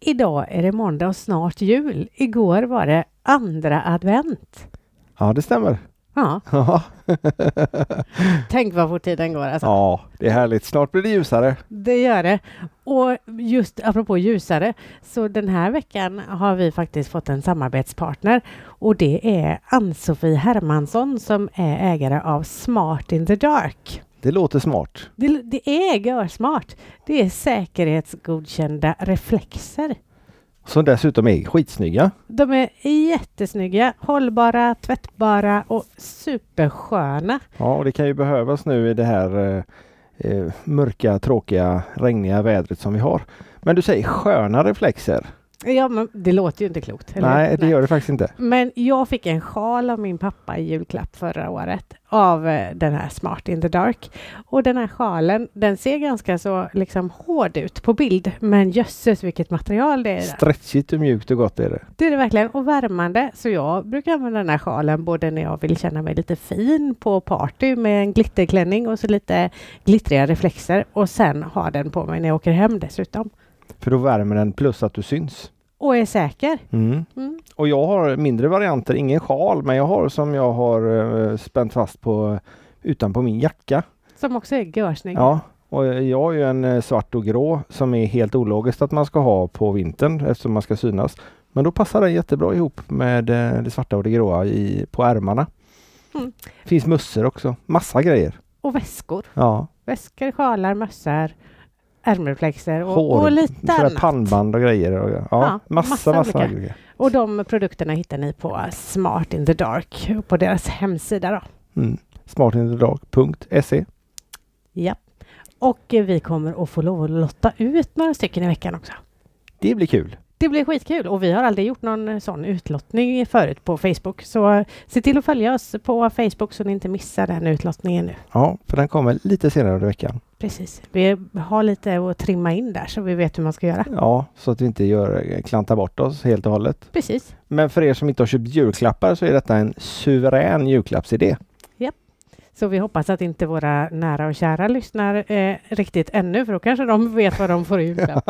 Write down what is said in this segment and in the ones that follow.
Idag är det måndag och snart jul. Igår var det andra advent. Ja, det stämmer. Ja, Ja, tänk vad fort tiden går alltså. ja, det är härligt. Snart blir det ljusare. Det gör det. Och just apropå ljusare, så den här veckan har vi faktiskt fått en samarbetspartner. Och det är Ann-Sofie Hermansson som är ägare av Smart in the Dark. Det låter smart. Det är görsmart. Det är säkerhetsgodkända reflexer. Som dessutom är skitsnygga. De är jättesnygga, hållbara, tvättbara och supersköna. Ja, och det kan ju behövas nu i det här mörka, tråkiga, regniga vädret som vi har. Men du säger sköna reflexer. Ja, men det låter ju inte klokt. Eller? Nej, det gör det faktiskt inte. Men jag fick en sjal av min pappa i julklapp förra året av den här Smart in the Dark. Och den här sjalen, den ser ganska så liksom hård ut på bild. Men jösses vilket material det är. Stretchigt och mjukt och gott är det. Det är det verkligen. Och värmande. Så jag brukar använda den här sjalen både när jag vill känna mig lite fin på party med en glitterklänning och så lite glittriga reflexer. Och sen ha den på mig när jag åker hem dessutom. För då värmer den plus att du syns. Och är säker. Mm. Och jag har mindre varianter, ingen sjal, men jag har som jag har spänt fast på utanpå min jacka. Som också är görsnygg. Ja, och jag har ju en svart och grå som är helt ologiskt att man ska ha på vintern eftersom man ska synas. Men då passar den jättebra ihop med det svarta och det gråa på ärmarna. Mm. Finns mössor också, massa grejer. Och väskor. Ja. Väskor, sjalar, mössor, ärmreflexer Hår, och lite annat. pannband och grejer. Och, ja, massa olika. grejer. Och de produkterna hittar ni på Smart in the Dark på deras hemsida då. Smartinthedark.se. Ja. Och vi kommer att få lov att lotta ut några stycken i veckan också. Det blir kul. Det blir skitkul och vi har aldrig gjort någon sån utlottning förut på Facebook. Så se till att följa oss på Facebook så ni inte missar den utlottningen nu. Ja, för den kommer lite senare under veckan. Precis. Vi har lite att trimma in där så vi vet hur man ska göra. Ja, så att vi inte klantar bort oss helt och hållet. Precis. Men för er som inte har köpt julklappar så är detta en suverän julklappsidé. Så vi hoppas att inte våra nära och kära lyssnar riktigt ännu, för då kanske de vet vad de får i julklapp.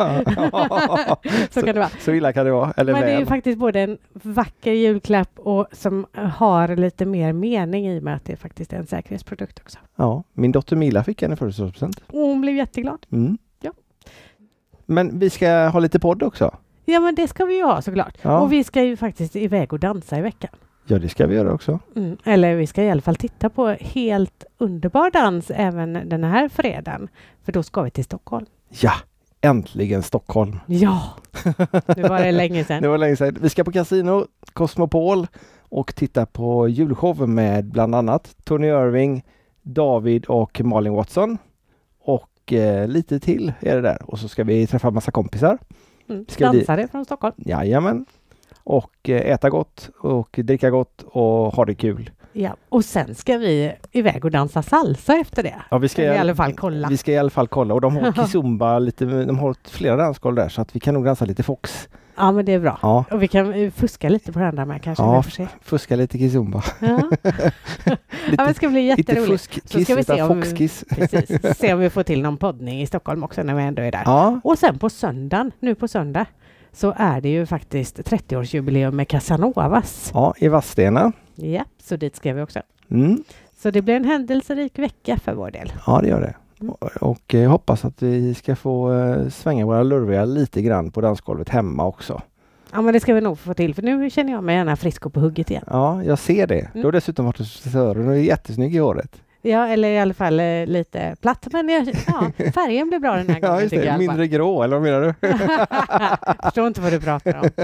Så kan det vara. Så illa kan det vara. Eller men det är ju väl. faktiskt både en vacker julklapp och som har lite mer mening i och med att det faktiskt är en säkerhetsprodukt också. Ja, min dotter Mila fick en i födelsedagspresent. Och hon blev jätteglad. Mm. Ja. Men vi ska ha lite podd också. Ja, men det ska vi ju ha såklart. Ja. Och vi ska ju faktiskt iväg och dansa i veckan. Ja, det ska vi göra också. Eller vi ska i alla fall titta på helt underbar dans även den här fredagen. För då ska vi till Stockholm. Ja, äntligen Stockholm. Ja, nu var det länge sedan. Det var länge sedan. Vi ska på Casino, Cosmopol och titta på julshow med bland annat Tony Irving, David och Malin Watson. Och lite till är det där. Och så ska vi träffa massa kompisar. Dansare från Stockholm. Jajamän. Och äta gott och dricka gott och ha det kul. Ja, och sen ska vi iväg och dansa salsa efter det. Ja, vi ska i alla fall kolla. Vi ska i alla fall kolla och de har kizumba lite, de har flera dansgolv där så att vi kan nog dansa lite fox. Ja, men det är bra. Ja. Och vi kan fuska lite på den där med kanske. Ja, får se. Fuska lite kizumba. Ja. Ja, det ska bli jätteroligt. Lite fuskkiss utan foxkiss. Precis, se om vi får till någon poddning i Stockholm också när vi ändå är där. Ja. Och sen på söndagen, nu på söndag, så är det ju faktiskt 30-årsjubileum med Casanovas. Ja, i Vadstena. Ja, så dit ska vi också. Mm. Så det blir en händelserik vecka för vår del. Ja, det gör det. Och jag hoppas att vi ska få svänga våra lurviga lite grann på dansgolvet hemma också. Ja, men det ska vi nog få till, för nu känner jag mig gärna frisk och på hugget igen. Ja, jag ser det. Du har dessutom varit hos frisören och är jättesnygg i håret. Ja, eller i alla fall lite platt. Men färgen blir bra den här gången. Ja, just det. Mindre grå, eller vad menar du? Jag förstår inte vad du pratar om.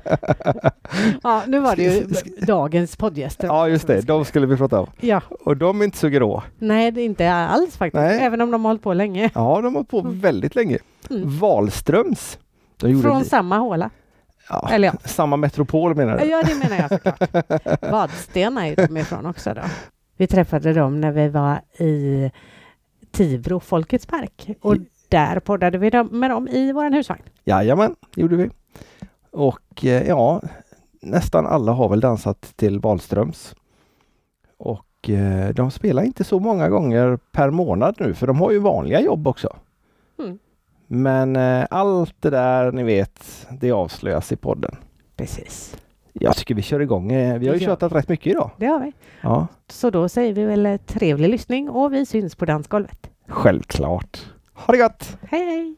Ja, nu var det ju dagens poddgäster. Ja, just det. De skulle vi prata om. Ja. Och de är inte så grå. Nej, det är inte alls faktiskt. Nej. Även om de har hållit på länge. Ja, de har hållit på väldigt länge. Wahlströms. Från samma håla. Ja, eller ja. Samma metropol menar du? Ja, det menar jag såklart. Vadstena är ju de ifrån också då. Vi träffade dem när vi var i Tibro, Folkets park. Och där poddade vi med dem i våran husvagn. Jajamän, gjorde vi. Och ja, nästan alla har väl dansat till Wahlströms. Och de spelar inte så många gånger per månad nu, för de har ju vanliga jobb också. Men allt det där ni vet, det avslöjas i podden. Precis. Jag tycker vi kör igång. Vi har ju tjatat rätt mycket idag. Det har vi. Ja. Så då säger vi väl trevlig lyssning och vi syns på dansgolvet. Självklart. Ha det gott! Hej hej!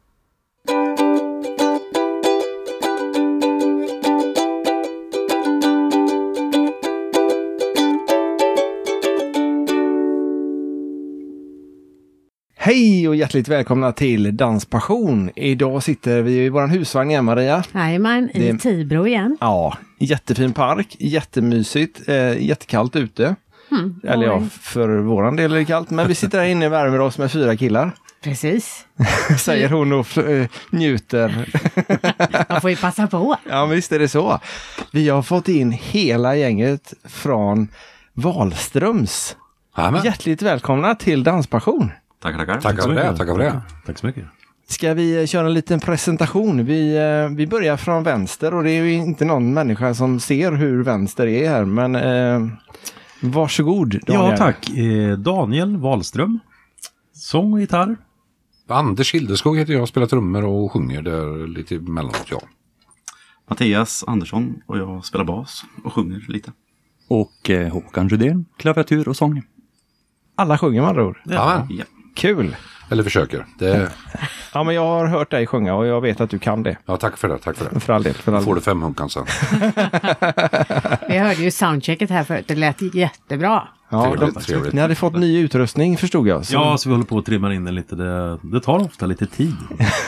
Hej och hjärtligt välkomna till Danspassion. Idag sitter vi i våran husvagn igen, Maria. Jajamän, i Tibro igen. Ja, jättefin park, jättemysigt, jättekallt ute. Eller ja, för våran del är det kallt, men vi sitter här inne och värmer oss med 4 killar. Precis. Säger hon och njuter. Man får ju passa på. Ja, visst är det så. Vi har fått in hela gänget från Wahlströms. Amen. Hjärtligt välkomna till Danspassion. Tackar. Tack för det. Tack så mycket. Ska vi köra en liten presentation? Vi börjar från vänster och det är ju inte någon människa som ser hur vänster är här, men varsågod Daniel. Ja, tack. Daniel Wahlström. Sång och gitarr. Anders Hildeskog heter jag, spelar trummor och sjunger där lite emellanåt, ja. Mattias Andersson och jag spelar bas och sjunger lite. Och Håkan Rydén, klaviatur och sång. Alla sjunger man tror. Ja. Kul! Eller försöker. Det... Ja, men jag har hört dig sjunga och jag vet att du kan det. Ja, tack för det. För all del. Får du 5 hunkan sen. Vi hörde ju soundchecket här förut. Det lät jättebra. Ja, Trevligt. Ni hade fått ny utrustning, förstod jag. Ja, så vi håller på att trimma in den lite. Det tar ofta lite tid.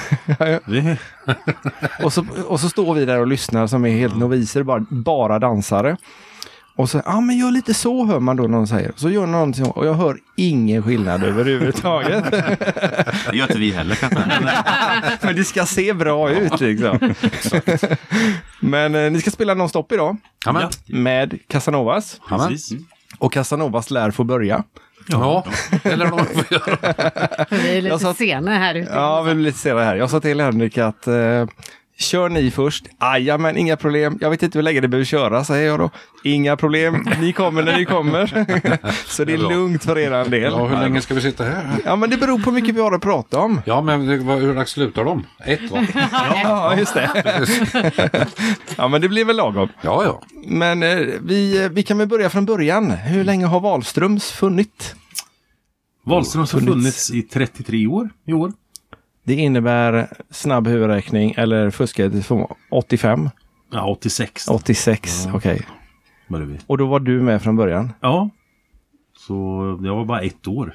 Och så står vi där och lyssnar som är helt noviser, bara dansare. Och så, men gör lite så, hör man då någon säger. Så gör någonting och jag hör ingen skillnad överhuvudtaget. Det gör inte vi heller kanske. Men det ska se bra ut liksom. Men ni ska spela nonstop idag. Amen. Med Casanovas. Precis. Och Casanovas lär få börja. Ja, eller någon får göra. Vi är lite senare här ute. Ja, vi blir lite senare här. Jag sa till Henrik att kör ni först. Men inga problem. Jag vet inte hur länge det behöver köra, säger jag då. Inga problem. Ni kommer när ni kommer. Så det är lugnt för er del. Ja, hur länge ska vi sitta här? Ja, men det beror på hur mycket vi har att prata om. Ja, men hur dags slutar de? 1, va? Ja, just det. Ja, men det blir väl lagom. Ja. Men vi kan väl börja från början. Hur länge har Wahlströms funnits? Wahlströms har funnits i 33 år i år. Det innebär snabb huvudräkning eller fusket från 85? Ja, 86. 86, Ja. okej. Var det vi. Och då var du med från början? Ja. Så jag var bara 1 år.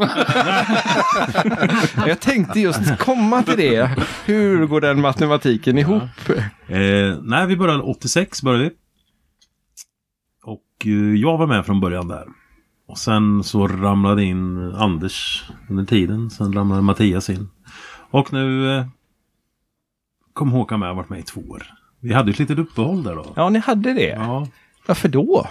Jag tänkte just komma till det. Hur går den matematiken ihop? Nej, vi började 86 började vi. Och jag var med från början där. Och sen så ramlade in Anders under tiden. Sen ramlade Mattias in. Och nu kom Håkan med och varit med i 2 år. Vi hade ett litet uppehåll där då. Ja, ni hade det. Ja. Varför då?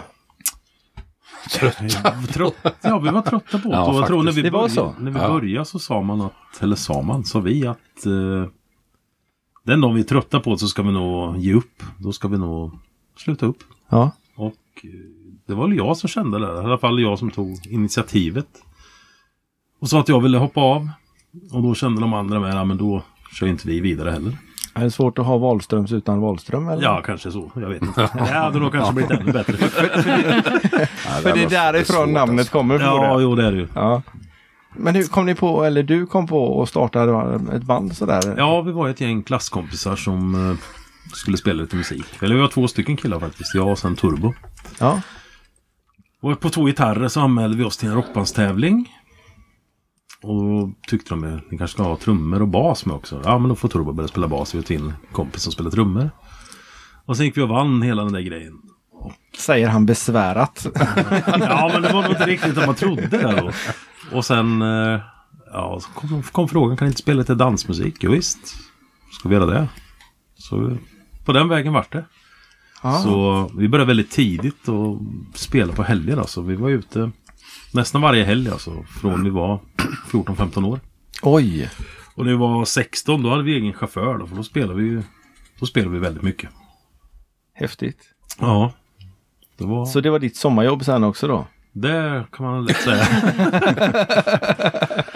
Ja, vi var trötta på det. Ja, Och jag tror när vi det var började, så. När vi började så sa vi att den dag vi är trötta på det så ska vi nog ge upp. Då ska vi nog sluta upp. Ja. Och det var väl jag som kände det. I alla fall jag som tog initiativet. Och sa att jag ville hoppa av. Och då kände de andra med, men då kör inte vi vidare heller. Är det svårt att ha Wahlströms utan Wahlström? Eller? Ja, kanske så. Jag vet inte. Det hade nog kanske blivit ännu bättre. För det är därifrån namnet kommer. Ja, jo, det är det ju. Ja. Men hur kom ni på, eller du kom på och startade ett band sådär? Ja, vi var ett gäng klasskompisar som skulle spela lite musik. Eller vi var 2 stycken killar faktiskt. Jag och sen Turbo. Ja. Och på 2 gitarrer så anmälde vi oss till en rockbandstävling. Och då tyckte de att ni kanske ska ha trummor och bas med också. Ja, men då får Turbo börja spela bas. Vi har till en kompis som spelar trummor. Och sen gick vi och vann hela den där grejen. Säger han besvärat. Ja, men det var nog inte riktigt vad man trodde där då. Och sen så kom frågan, kan ni inte spela lite dansmusik? Jo, visst, ska vi göra det? Så på den vägen vart det. Så vi började väldigt tidigt och spela på helger. Alltså. Vi var ute nästan varje helg alltså, från vi var 14-15 år. Oj! Och när vi var 16 då hade vi egen chaufför då, för då spelade vi väldigt mycket. Häftigt. Ja. Så det var ditt sommarjobb sen också då? Det kan man lätt säga.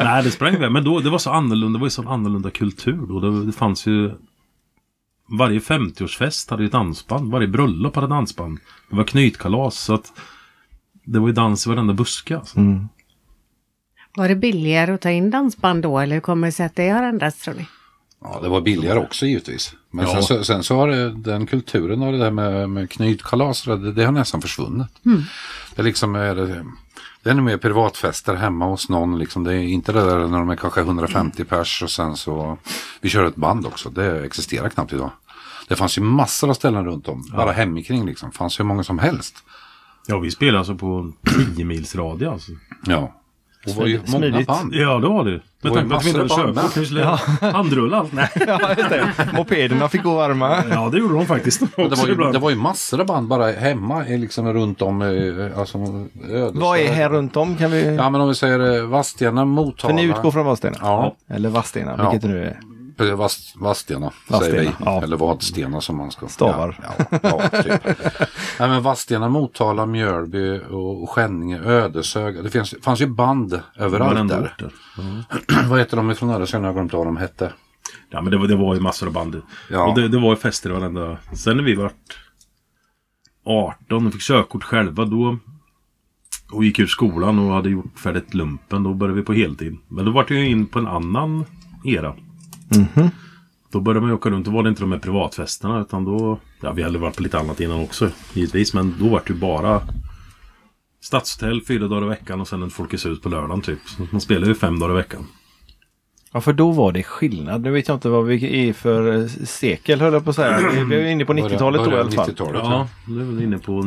Nej, det sprang iväg. Men då, det var så annorlunda. Det var ju så annorlunda kultur då. Det fanns ju... Varje 50-årsfest hade ju ett dansband. Varje bröllop hade dansband. Det var knytkalas. Så att det var ju dans i varenda buska. Alltså. Var det billigare att ta in dansband då? Eller hur kommer det sig att det har ändrats, tror ni? Ja, det var billigare också givetvis. Men Ja. sen så har den kulturen och det där med knytkalas, det har nästan försvunnit. Det är liksom det är nog mer privatfester hemma hos någon. Liksom. Det är inte det där när de är kanske 150 pers och sen så vi kör ett band också. Det existerar knappt idag. Det fanns ju massor av ställen runt om. Bara hemikring liksom. Det fanns ju många som helst. Ja, vi spelade alltså på 10 mils radie alltså. Ja. Och det var ju många Smidigt. band. Ja, det var det. Men var ju tänk på att vi inte hade massor av band. körkort. Kanske skulle handrulla allt. Nej. Ja, just det. Mopederna fick gå varma. Ja, det gjorde de faktiskt. Det var ju massor av band bara hemma liksom runt om. Alltså, Vad är här runt om? Kan vi... Ja, men om vi säger Vadstena, Motala. För ni utgår från Vadstena? Ja. Eller Vadstena, Ja. vilket det nu är. Vadstena, Vadstena, säger vi. ja. Eller Vadstena som man ska... Stavar. Ja, typ. Nej, men Vadstena, Motala, Mjölby och Skänninge, Ödeshög. Det fanns ju band överallt där. Vad heter de ifrån Ödeshög? Jag har glömt vad de hette. Ja, men det var ju massor av band. Ja. Och det var ju fester varenda... Sen när vi vart 18 och fick körkort själva då... Och gick ur skolan och hade gjort färdigt lumpen. Då började vi på heltid. Men då var det ju in på en annan era. Då började man ju åka runt. Då var det inte de här privatfesterna. Utan då... Ja, vi hade varit på lite annat innan också. Givetvis. Men då var det ju bara... Stadshotell 4 dagar i veckan. Och sen en Folkets hus på lördagen typ. Så man spelade ju 5 dagar i veckan. Ja, för då var det skillnad. Nu vet jag inte vad vi är för sekel, höll jag på att säga. Vi är inne på 90-talet då i alla fall. 90-talet, Ja, nu är vi inne på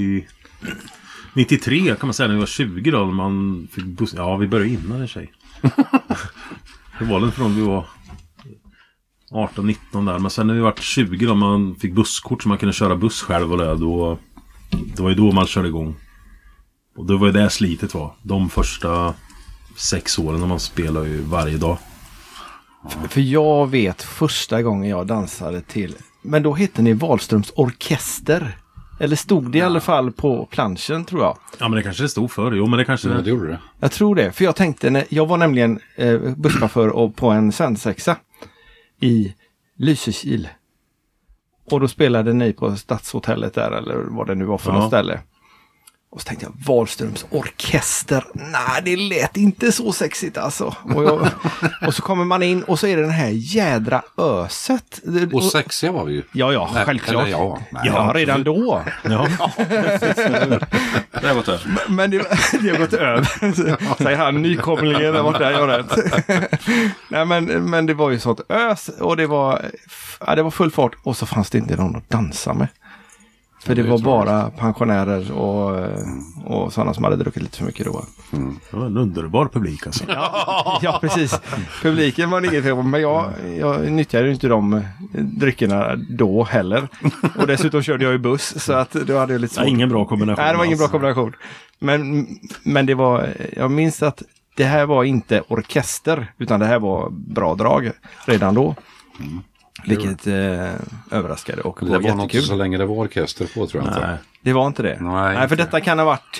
93 kan man säga när vi var 20 då. När man fick buss... Ja, vi började innan en tjej. Det var väl från vi var 18-19 där. Men sen när vi var 20 då man fick busskort så man kunde köra buss själv och då det var ju då man körde igång. Och det var ju det slitet var. De första 6 åren när man spelade ju varje dag. För jag vet första gången jag dansade till... Men då hette ni Wahlströms orkester. Eller stod det i alla fall på planschen, tror jag. Ja, men det kanske det stod för. Jo, men det kanske... Ja, det gjorde det. Jag tror det. För jag tänkte... Jag var nämligen busschaufför och på en svensexa i Lysekil. Och då spelade ni på Stadshotellet där, eller vad det nu var för något ställe. Och så tänkte jag, Wahlströms orkester. Nej, det lät inte så sexigt alltså. Och så kommer man in och så är det den här jädra öset. Och sexiga var vi ju. Ja, Nej, självklart. eller ja. Nej, Ja, redan då. Ja. Det har gått över. Men det har gått över. Säger han, nykomlingen där borta, jag har rätt. Nej, men det var ju sånt ös och det var full fart och så fanns det inte någon att dansa med. För det var bara pensionärer och sådana som hade druckit lite för mycket då. Det var en underbar publik alltså. Ja, precis. Publiken var inget fel på, men jag nyttjade ju inte de dryckerna då heller. Och dessutom körde jag ju buss, så att då hade jag lite svårt. Ja, ingen bra kombination. Nej, det var ingen bra kombination. Men det var, jag minns att det här var inte orkester, utan det här var bra drag redan då. Vilket överraskade och Det var var något jättekul. så länge det var orkester på, tror jag inte. Nej. Det var inte det. Nej, för detta kan ha varit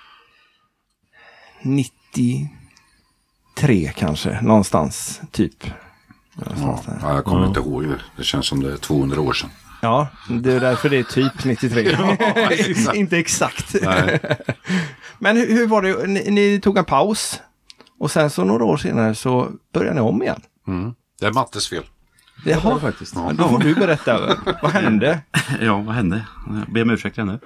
93 kanske, någonstans typ. Ja, jag kommer inte ihåg det. Det känns som det är 200 år sedan. Ja, det är därför det är typ 93. Inte exakt. Nej. Men hur var det? Ni tog en paus och sen så några år senare så började ni om igen. Det är Mattes fel. Det har faktiskt. Ja, då får du berätta. Vad hände? Ja, vad hände? Jag ber om ursäkt nu.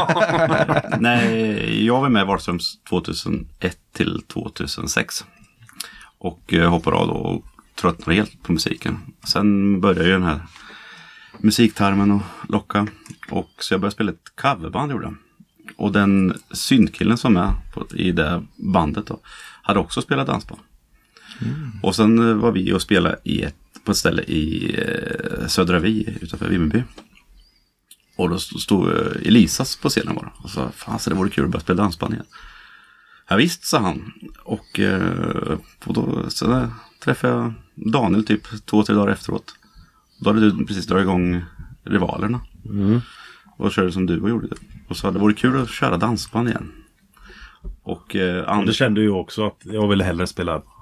Nej, jag var med i Wahlströms 2001 till 2006. Och hoppade av då och tröttnade helt på musiken. Sen började ju den här musiktarmen och locka. Och så jag började spela ett coverband gjorde jag. Och den synkillen som är i det bandet då, hade också spelat dansband. Och sen var vi och spelade på ett ställe i Södra Vi utanför Vimmerby. Och då stod Elisas på scenen bara. Och sa, fan så det vore kul att börja spela dansband igen. Ja visst, sa han. Och då så träffade jag Daniel typ 2-3 dagar efteråt. Då hade du precis dragit igång Rivalerna. Och körde som du och gjorde det. Och sa det vore kul att köra dansband igen. Och Det kände ju också att jag ville hellre spela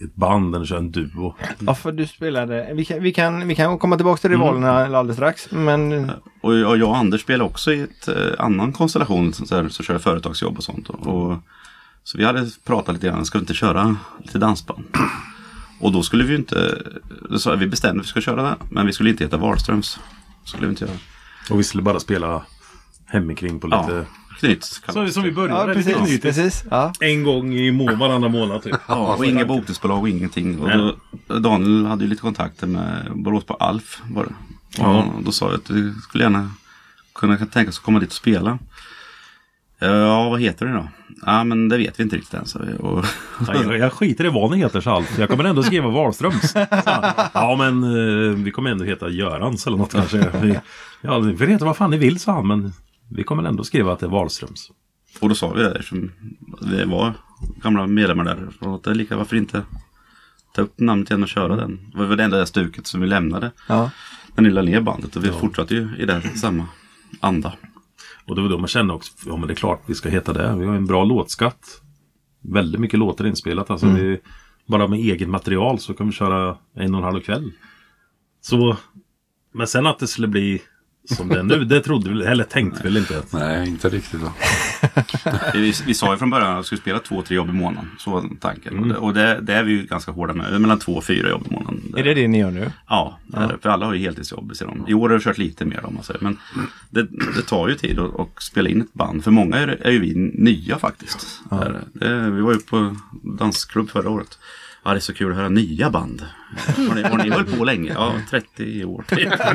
ett band eller köra en duo. Ja, för du spelade... Vi kan komma tillbaka till rivalerna alldeles strax, men... Och jag och Anders spelade också i ett annan konstellation så körde företagsjobb och sånt. Så vi hade pratat lite grann, ska vi inte köra lite dansband? Och då skulle vi ju inte... Vi bestämde att vi skulle köra det, men vi skulle inte heta Wahlströms. Skulle vi inte göra. Och vi skulle bara spela hemikring på lite... Knyt. Som vi började. Ja, precis. Ja. En gång i varannan månad typ. Ja, och inga bokningsbolag och ingenting. Och då, Daniel hade ju lite kontakter med Borås på Alf. Var det. Och då sa jag att du skulle gärna kunna tänka oss att komma dit och spela. Ja, vad heter det då? Ja, men det vet vi inte riktigt än. Så Jag skiter i vad ni heter så allt. Jag kommer ändå skriva Wahlströms. Ja, men vi kommer ändå heta Görans eller något kanske. Vi vet inte vad fan ni vill, sa han, men vi kommer ändå skriva att det är Wahlströms. Och då sa vi det, eftersom det var gamla medlemmar där. Och det är lika, varför inte ta upp namnet igen och köra den. Det var det enda där stuket som vi lämnade. Ja. När ni la ner bandet. Och vi fortsatte ju i det samma anda. Och det var då man kände också, ja men det är klart vi ska heta det. Vi har en bra låtskatt. Väldigt mycket låtar inspelat. Alltså vi, bara med eget material så kan vi köra 1,5 kväll. Så, men sen att det skulle bli som det är nu, det trodde vi, eller tänkte väl inte. Nej, inte riktigt då. Vi sa ju från början att vi skulle spela 2-3 jobb i månaden. Så var tanken. Och det är vi ju ganska hårda med. Mellan 2 och 4 jobb i månaden. Är det ni gör nu? Ja, för alla har ju heltidsjobb. I år har vi kört lite mer om man säger. Men det tar ju tid att spela in ett band. För många är ju vi nya faktiskt. Vi var ju på dansklubb förra året. Ja, det är så kul att höra nya band. Har ni hållit på länge? Ja, 30 år.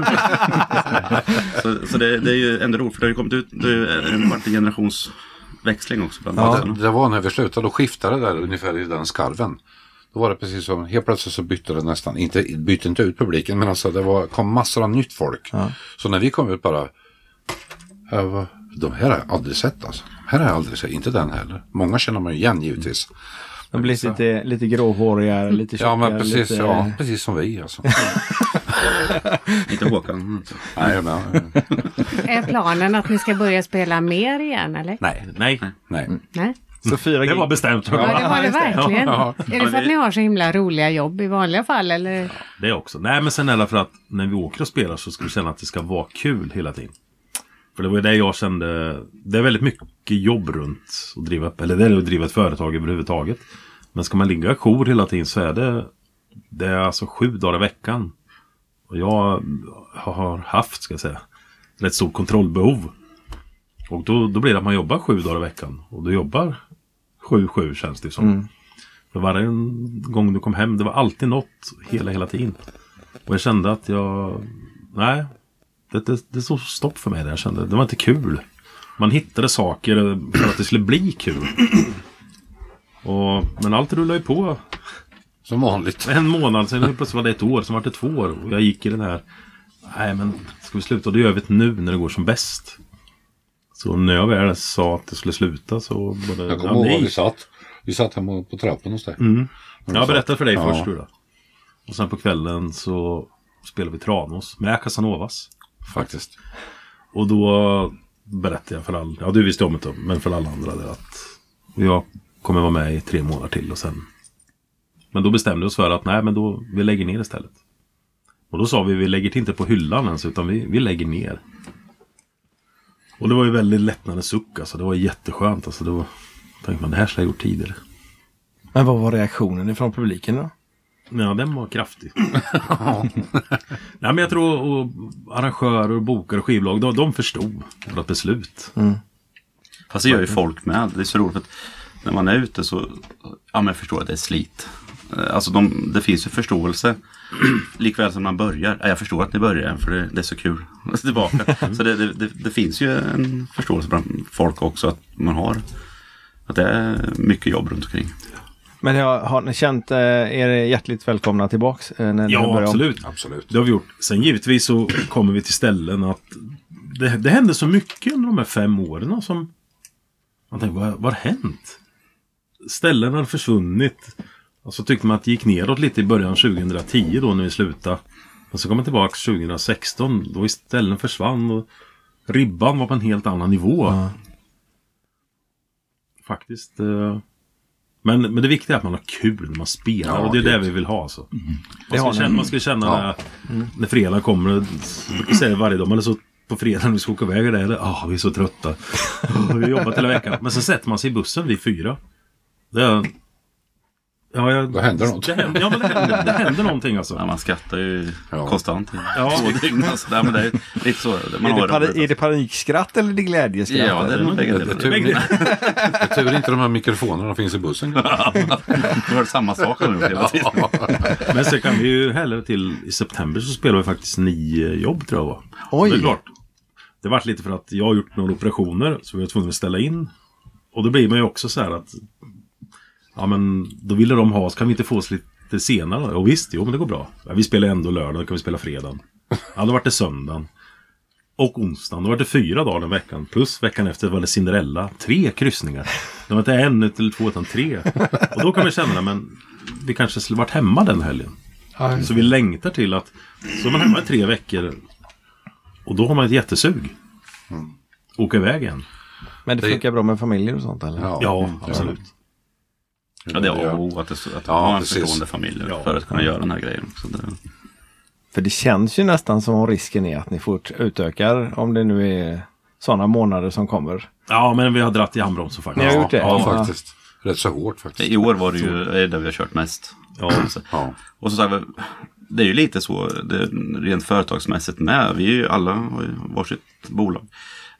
så det är ju ändå roligt, för det har ju kommit ut, det har varit en generationsväxling också. Bland det var när vi slutade och skiftade där ungefär i den skarven. Då var det precis som, helt plötsligt så bytte det nästan, bytte inte ut publiken, men alltså kom massor av nytt folk. Ja. Så när vi kom ut bara, de här har jag aldrig sett alltså. Här har jag aldrig sett, inte den heller. Många känner man igen givetvis. De blir lite gråhåriga, lite tjocka. Ja, men precis, lite... precis som vi alltså. Inte Håkan. Nej. Är planen att ni ska börja spela mer igen, eller? Nej. Så 4 det var bestämt. Ja, det var det verkligen. Ja. Är det för att ni har så himla roliga jobb i vanliga fall, eller? Ja, det också. Nej, men sen är det för att när vi åker och spelar så ska vi känna att det ska vara kul hela tiden. För det var ju det jag kände. Det är väldigt mycket jobb runt att driva upp, eller det är att driva ett företag överhuvudtaget. Men ska man ligga i jour hela tiden så är det är alltså 7 dagar i veckan. Och jag har haft, ska jag säga, rätt stort kontrollbehov. Och då blir det att man jobbar 7 dagar i veckan. Och du jobbar 7 känns det som. För varje gång du kom hem, det var alltid något hela tiden. Och jag kände att nej, det stod stopp för mig där. Jag kände, det var inte kul. Man hittade saker för att det skulle bli kul. Men allt rullade ju på. Som vanligt. En månad, sen plötsligt var det 1 år, sen var det 2 år. Och jag gick i den här, nej men ska vi sluta? Och det gör vi nu när det går som bäst. Så när jag väl sa att det skulle sluta så var det... Jag kommer ihåg vi satt hemma på trappen hos dig. Jag berättade för dig först då. Och sen på kvällen så spelade vi Tranås med Casanovas. Faktiskt. Och då berättade jag för alla, ja du visste om det, men för alla andra där att jag kommer vara med i 3 månader till och sen. Men då bestämde vi oss för att nej, men då vi lägger ner istället. Och då sa vi lägger inte på hyllan ens, utan vi lägger ner. Och det var ju väldigt lättnande suck, alltså det var jätteskönt, alltså då tänkte man det här skulle jag gjort tidigare. Men vad var reaktionen ifrån publiken då? Ja, den var kraftig. Nej, men jag tror och arrangörer och bokare och skivbolag, de förstod vårt beslut. Fast det gör ju folk med. Det är så roligt att när man är ute så jag förstår att det är slit. Alltså det finns ju förståelse likväl som man börjar. Jag förstår att ni börjar för det är så kul tillbaka. Så det finns ju en förståelse bland folk också att man har att det är mycket jobb runt omkring. Men har ni känt er hjärtligt välkomna tillbaks? Ja, absolut. Det har vi gjort. Sen givetvis så kommer vi till ställen att det hände så mycket under de här 5 åren som man tänkte, vad har hänt? Ställen har försvunnit. Och så tyckte man att det gick neråt lite i början 2010 då när vi slutade. Och så kom man tillbaka 2016 då ställen försvann och ribban var på en helt annan nivå. Faktiskt. Men det viktiga är att man har kul när man spelar, och det är det vi vill ha. Så. Man ska känna när fredag kommer, säger varje dag, eller så på fredag när vi ska åka iväg där, vi är så trötta. Vi har jobbat hela veckan. Men så sätter man sig i bussen vid 4. Då händer något. Det händer någonting alltså. Ja, man skrattar ju konstant. Ja. 2 dygn. Alltså. Men det är lite så. Är det panikskratt eller det glädjeskratt? Ja, det är nog bägge. Jag tur inte de här mikrofonerna finns i bussen. Du har samma sak nu hela tiden. Men så kan vi ju hellre till i september så spelar vi faktiskt 9 jobb, tror jag var. Oj! Det är klart. Det var lite för att jag har gjort några operationer så vi var tvungna att ställa in. Och då blir man ju också så här att men då ville de ha oss, kan vi inte få oss lite senare? Och visst, men det går bra. Ja, vi spelar ändå lördag, då kan vi spela fredagen. Ja, då var det söndagen. Och onsdagen, då var det 4 dagar den veckan. Plus veckan efter var det Cinderella. 3 kryssningar. Det var inte 1 eller 2 utan 3. Och då kan vi känna, men vi kanske skulle varit hemma den helgen. Så vi längtar till att, så är man hemma i 3 veckor. Och då har man ett jättesug. Åka iväg igen. Men det funkar bra med familjer och sånt, eller? Ja, absolut. Ja, det är att ha en förstående familj för att kunna göra den här grejen. Så det... För det känns ju nästan som om risken är att ni utökar, om det nu är sådana månader som kommer. Ja, men vi har dratt i handbromsen faktiskt. Ni har gjort det? Ja, faktiskt. Rätt så hårt faktiskt. I år var det ju där vi har kört mest. Ja. Och så sagt, det är ju lite så rent företagsmässigt med. Vi är ju alla har ju varsitt bolag.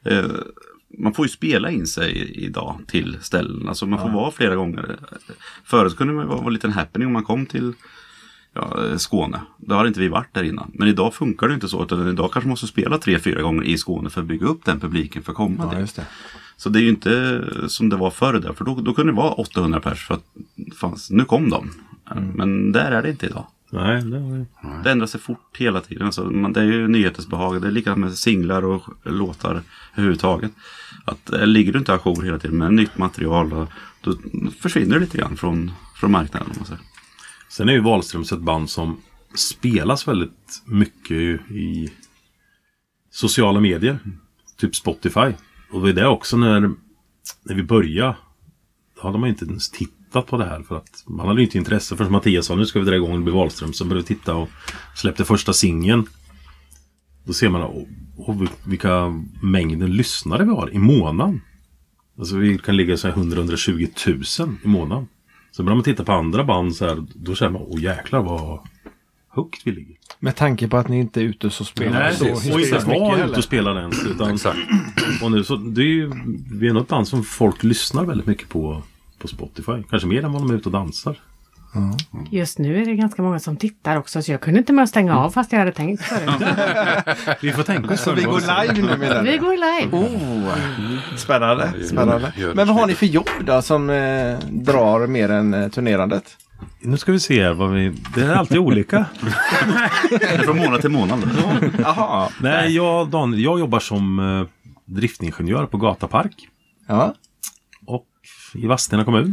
Man får ju spela in sig idag till ställen. Alltså man får vara flera gånger. Förut kunde man vara en liten happening om man kom till Skåne. Då har inte vi varit där innan. Men idag funkar det inte så. Utan idag kanske man måste spela 3-4 gånger i Skåne för att bygga upp den publiken för att komma dit. Just det. Så det är ju inte som det var förr där. För då kunde det vara 800 pers. För att nu kom de. Men där är det inte idag. Nej. Det ändrar sig fort hela tiden. Alltså, det är ju nyhetens behag. Det är likadant med singlar och låtar överhuvudtaget. Att ligger du inte ajour hela tiden med nytt material, då försvinner det lite grann från marknaden. Om man säger. Sen är ju Wahlströms ett band som spelas väldigt mycket i sociala medier. Typ Spotify. Och det är det också när vi började. Då hade man inte ens tittat på det här. För att man hade ju inte intresse. För som Mattias sa, nu ska vi dra igång med Wahlström. Så började vi titta och släppte första singeln. Då ser man vilka mängden lyssnare vi har i månaden. Alltså vi kan ligga så här 100-120 000 i månaden. Så börjar man titta på andra band så här, då känner man, jäklar vad högt vi ligger. Med tanke på att ni inte är ute så spelar. Nej, och inte var ute och spelar ens. Utan, och nu så, det är ju, vi är något band som folk lyssnar väldigt mycket på Spotify. Kanske mer än vad de är ute och dansar. Just nu är det ganska många som tittar också, så jag kunde inte med stänga av fast jag hade tänkt förut. Vi får tänka oss. Så vi går live nu med Vi går live. Spännande. Men vad har ni för jobb då som drar mer än turnerandet? Nu ska vi se det är alltid olika. Det är från månad till månad. Jaha. Nej, jag jobbar som driftingenjör på Gata Park. Ja. Och i Vadstena kommun.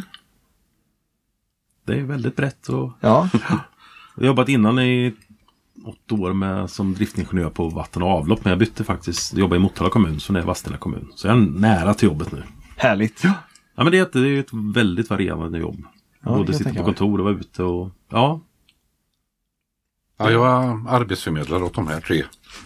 Det är väldigt brett. Och Ja. jag har jobbat innan i 8 år som driftingenjör på vatten och avlopp. Men jag bytte faktiskt. Jag jobbar i Motala kommun, så det är Vadstena kommun. Så jag är nära till jobbet nu. Härligt. Ja, men det är ett väldigt varierande jobb. Både sitta på kontor och vara ute och... Ja, jag är arbetsförmedlare åt de här 3.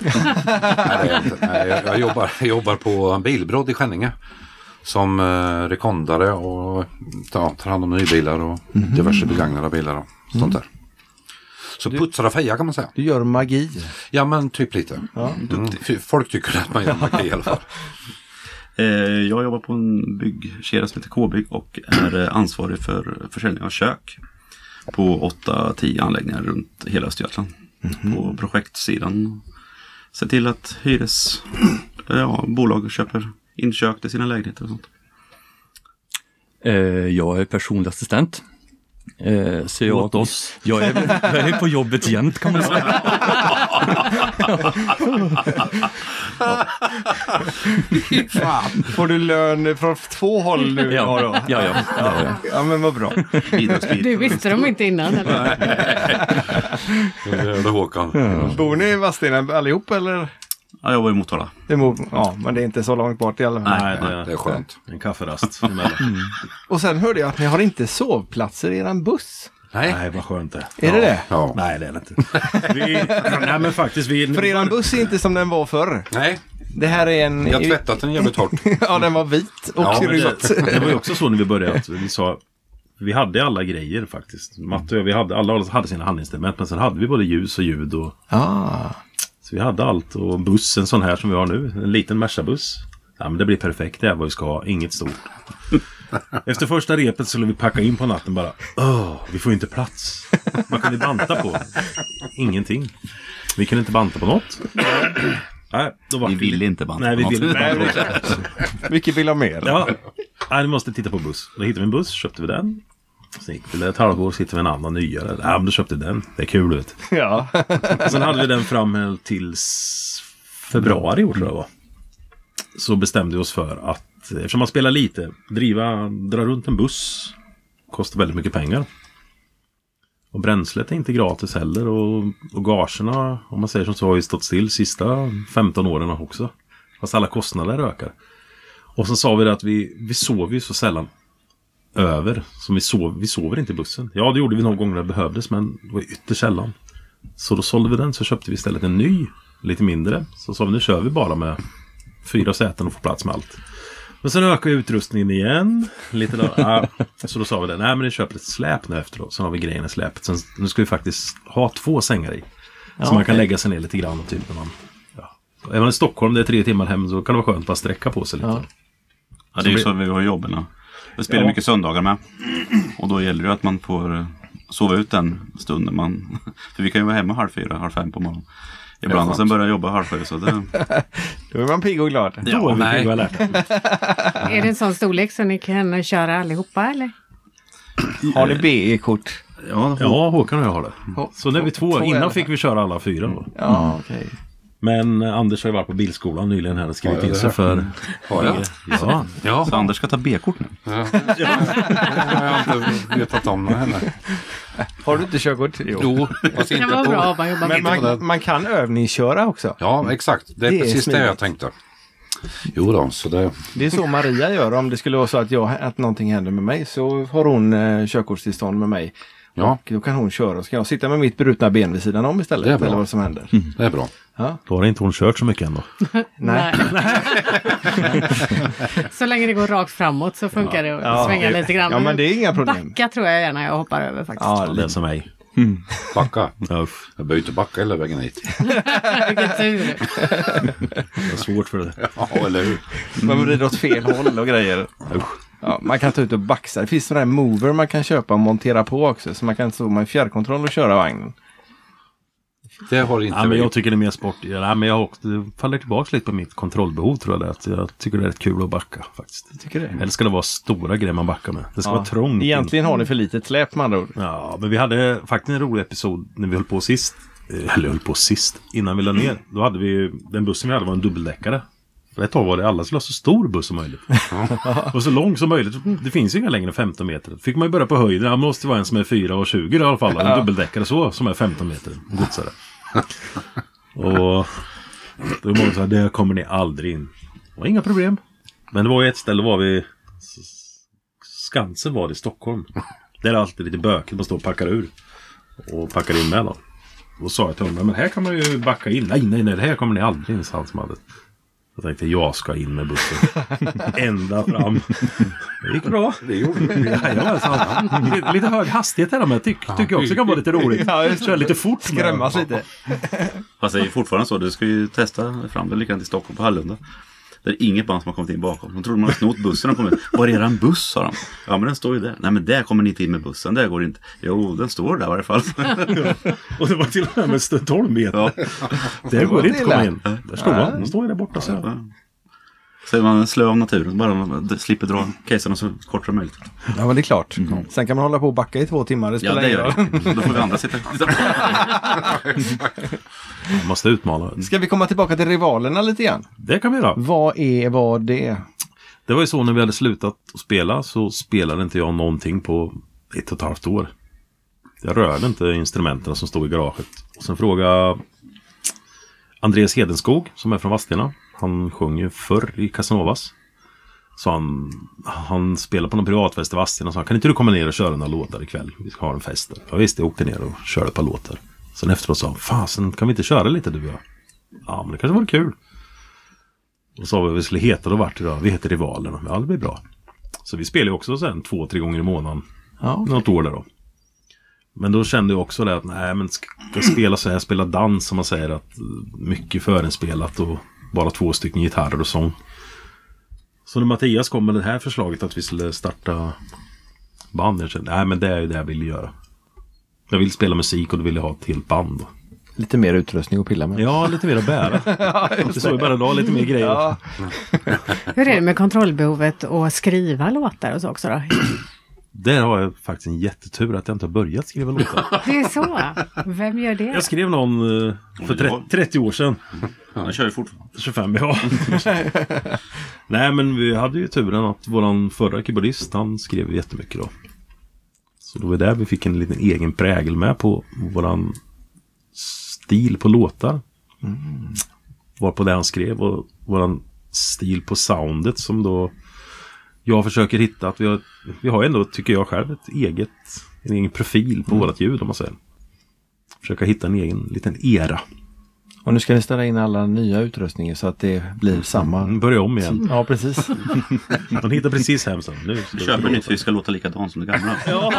Jag jobbar på Bilbrodd i Skänninge. Som rekondare och tar hand om nybilar och diverse begagnade bilar och sånt där. Så putsar och fejar kan man säga. Du gör magi. Ja, men typ lite. Ja. Folk tycker att man gör magi i alla fall. Jag jobbar på en byggkedja som heter K-bygg och är ansvarig för försäljning av kök på 8-10 anläggningar runt hela Östergötland. På projektsidan. Se till att bolag köper in kök till sina lägenheter och sånt. Jag är personlig assistent. Så jag är på jobbet jämt, kan man säga. Fan. Får du lön från 2 håll nu? Ja. Ja, men vad bra. Du visste de inte innan, eller? Det är Håkan. Bor ni i Vadstena allihop, eller? Ja, jag var i Motala. Ja, men det är inte så långt bort i alla fall. Nej, Det är skönt. En kafferast emellan. Och sen hörde jag att ni har inte sovplatser i eran buss. Nej, vad skönt det. Är det det? Ja. Nej, det är det inte. Nej, men faktiskt. För eran buss är inte som den var förr. Nej, Det här är en... jag har tvättat den jävligt hårt. Ja, den var vit och Ja, men krymt. det var ju också så när vi började att vi sa vi hade alla grejer faktiskt. Matte och jag, alla hade sina handinstrument, men sen hade vi både ljus och ljud och så vi hade allt. Och bussen sån här som vi har nu, en liten Merca-buss. Ja, men det blir perfekt, det är vad vi ska ha, inget stort. Efter första repet så skulle vi packa in på natten bara. Vi får inte plats. Vad kan vi banta på? Ingenting. Vi kunde inte banta på något. Nej, då var Vi ville inte banta. Nej, vi ville inte banta på något. Vilket vill ha mer? Ja, nej, vi måste titta på buss. Då hittade vi en buss, köpte vi den. Sen gick vi ett halvår, så hittade vi en annan nyare. Ja, men då köpte vi den. Det är kul, vet du. Ja. Och sen hade vi den fram tills februari år, tror jag var. Så bestämde vi oss för att, eftersom man spelar lite, dra runt en buss kostar väldigt mycket pengar. Och bränslet är inte gratis heller. Och gagerna, om man säger som så, har ju stått still sista 15 åren också. Fast alla kostnader ökar. Och så sa vi det att vi sover ju så sällan över. Som vi sover inte i bussen. Ja, det gjorde vi någon gång när det behövdes, men det var ytterst sällan. Så då sålde vi den, så köpte vi istället en ny, lite mindre. Så sa vi, nu kör vi bara med 4 säten och får plats med allt. Men sen ökar utrustningen igen. Lite då, så då sa vi det, nej men ni köper ett släp nu efteråt. Så har vi grejen i släpet. Sen, nu ska vi faktiskt ha 2 sängar i. Så man kan lägga sig ner lite grann. Typ, när man, är man i Stockholm, det är 3 timmar hem, så kan det vara skönt att bara sträcka på sig lite. Ja, det är ju så vi har jobben. Vi spelar mycket söndagar med. Och då gäller det att man får sova ut den stunden. För vi kan ju vara hemma 3:30, 4:30 på morgonen. Ibland och sen börjar jag jobba 6:30, så det... Då är man pigg och glad. Då är vi pigga och alerta. Är det en sån storlek så ni kan köra allihopa eller? Har ni BE-kort? Ja, Håkan och jag har det. Så när vi 2, innan fick vi köra alla 4 då. Ja, okej. Men Anders har ju varit på bilskolan nyligen här och skrivit in sig för... Har jag? Ja. Så Anders ska ta B-kort nu. Ja. Jag har inte vetat om det heller. Har du inte körkort? Jo, fast Det inte kan vara på. bra att bara jobba Men med. man kan övningsköra också. Ja, exakt. Det är Det är precis det smidigt. jag tänkte. Jo då, så det... Det är så Maria gör. Om det skulle vara så att någonting händer med mig, så har hon körkortstillstånd med mig. Ja. Och då kan hon köra. Ska jag sitta med mitt brutna ben vid sidan om istället? Det är bra. Eller vad som händer. Det är bra. Då har inte hon kört så mycket ändå. Nej. Så länge det går rakt framåt så funkar det att svänga lite grann. Ja, men det är inga problem. Backa tror jag gärna jag hoppar över faktiskt. Ja, Det är som mig. Backa. Ja, Jag behöver inte backa hela vägen hit. Vilken tur. det är svårt för det. Ja, eller hur? man vrider åt fel håll och grejer. Ja, man kan ta ut och baxa. Det finns sådana här mover man kan köpa och montera på också. Så man kan stå med fjärrkontroll och köra vagnen. Det har inte Ja, men vi. jag tycker det är mer sport. Ja, men det faller tillbaka lite på mitt kontrollbehov, tror jag. Att jag tycker det är rätt kul att backa faktiskt. Jag tycker det. Eller ska det vara stora grejer man backar med? Det ska vara trångt. Egentligen har ni för litet släp med andra ord. Ja, men vi hade faktiskt en rolig episod när vi höll på sist. Innan vi la ner. Då hade vi, den bussen vi hade var en dubbeldäckare. För ett tag var det alla skulle ha så stor buss som möjligt. Och så lång som möjligt. Det finns ju inga längre än 15 meter. Fick man ju börja på höjden. Det måste vara en som är 4,20 i alla fall. En dubbeldäckare så som är 15 meter. Godsare. Och då var det så här, det kommer ni aldrig in. Det var inga problem. Men det var ju ett ställe, var vi Skansen var det i Stockholm. Där är alltid lite bökigt, man står och packar ur. Och packar in med då. Då sa jag till honom, men här kan man ju backa in. Nej, det här kommer ni aldrig in, sa han. Jag tänkte, jag ska in med bussen. Ända fram. Det gick bra. Det gjorde det. Lite hög hastighet här, men jag tycker jag också kan vara lite roligt. Köra lite fort. Skrämmas lite. Fast det är fortfarande så, du ska ju testa fram det likadant i Stockholm på Hallunda. Det är inget band som har kommit in bakom. De trodde man hade snott bussen och kommit in. Var är en buss, sa de. Ja, men den står ju där. Nej, men där kommer ni inte in med bussen. Där går det inte. Jo, den står där i varje fall. Och det var till och med 12 meter. Ja. Där går det inte att komma in. Där står den. Den står ju där borta. Så är man slö av naturen. Bara man slipper dra casen så kort som möjligt. Ja, men det är klart. Sen kan man hålla på och backa i 2 timmar. Det Ja, spelar det ingen gör roll. det. Då får vi andra sitta. Man måste utmana. Ska vi komma tillbaka till rivalerna lite grann? Det kan vi göra. Vad det? Det var ju så när vi hade slutat att spela, så spelade inte jag någonting på 1,5 år. Jag rörde inte instrumenten som stod i garaget. Och sen frågade Andreas Hedenskog som är från Vadstena. Han sjöng ju förr i Casanovas. Så han spelar på någon privatfest i Vadstena och sa, kan inte du komma ner och köra några låtar ikväll? Vi ska ha en fest. Ja visst, jag åkte ner och körde ett par låtar. Sen efteråt sa han, fasen kan vi inte köra lite du och jag? Ja men det kanske var kul. Och så vad vi skulle heta då vart det då? Vi heter Rivalerna. Ja det blir bra. Så vi spelar ju också sen 2-3 gånger i månaden. Ja, okay. Något år där då. Men då kände jag också det att nej men ska jag spela så här, spela dans som man säger att mycket förinspelat och bara 2 stycken gitarrer och sång. Så när Mattias kom med det här förslaget att vi skulle starta band, jag kände nej men det är ju det jag vill göra. Jag vill spela musik och då vill jag ha ett helt band. Lite mer utrustning att pilla med. Ja, lite mer att bära. Det står ju bara idag lite mer grejer. Ja. Hur är det med kontrollbehovet och skriva låtar och så också då? Där har jag faktiskt en jättetur att jag inte har börjat skriva låtar. Det är så? Vem gör det? Jag skrev någon för 30 år sedan. Jag kör ju fortfarande. 25, ja. Nej, men vi hade ju turen att våran förra keyboardist, han skrev jättemycket då. Så då var det där vi fick en liten egen prägel med på våran stil på låtar. Var på det han skrev och våran stil på soundet som då jag försöker hitta att vi har ändå, tycker jag själv, en egen profil på vårat ljud om man säger. Försöka hitta en egen liten era. Och nu ska ni ställa in alla nya utrustningar så att det blir samma. Börja om igen. Ja, precis. Man hittar precis hem sen. Köper nytt för vi ska låta likadant som det gamla.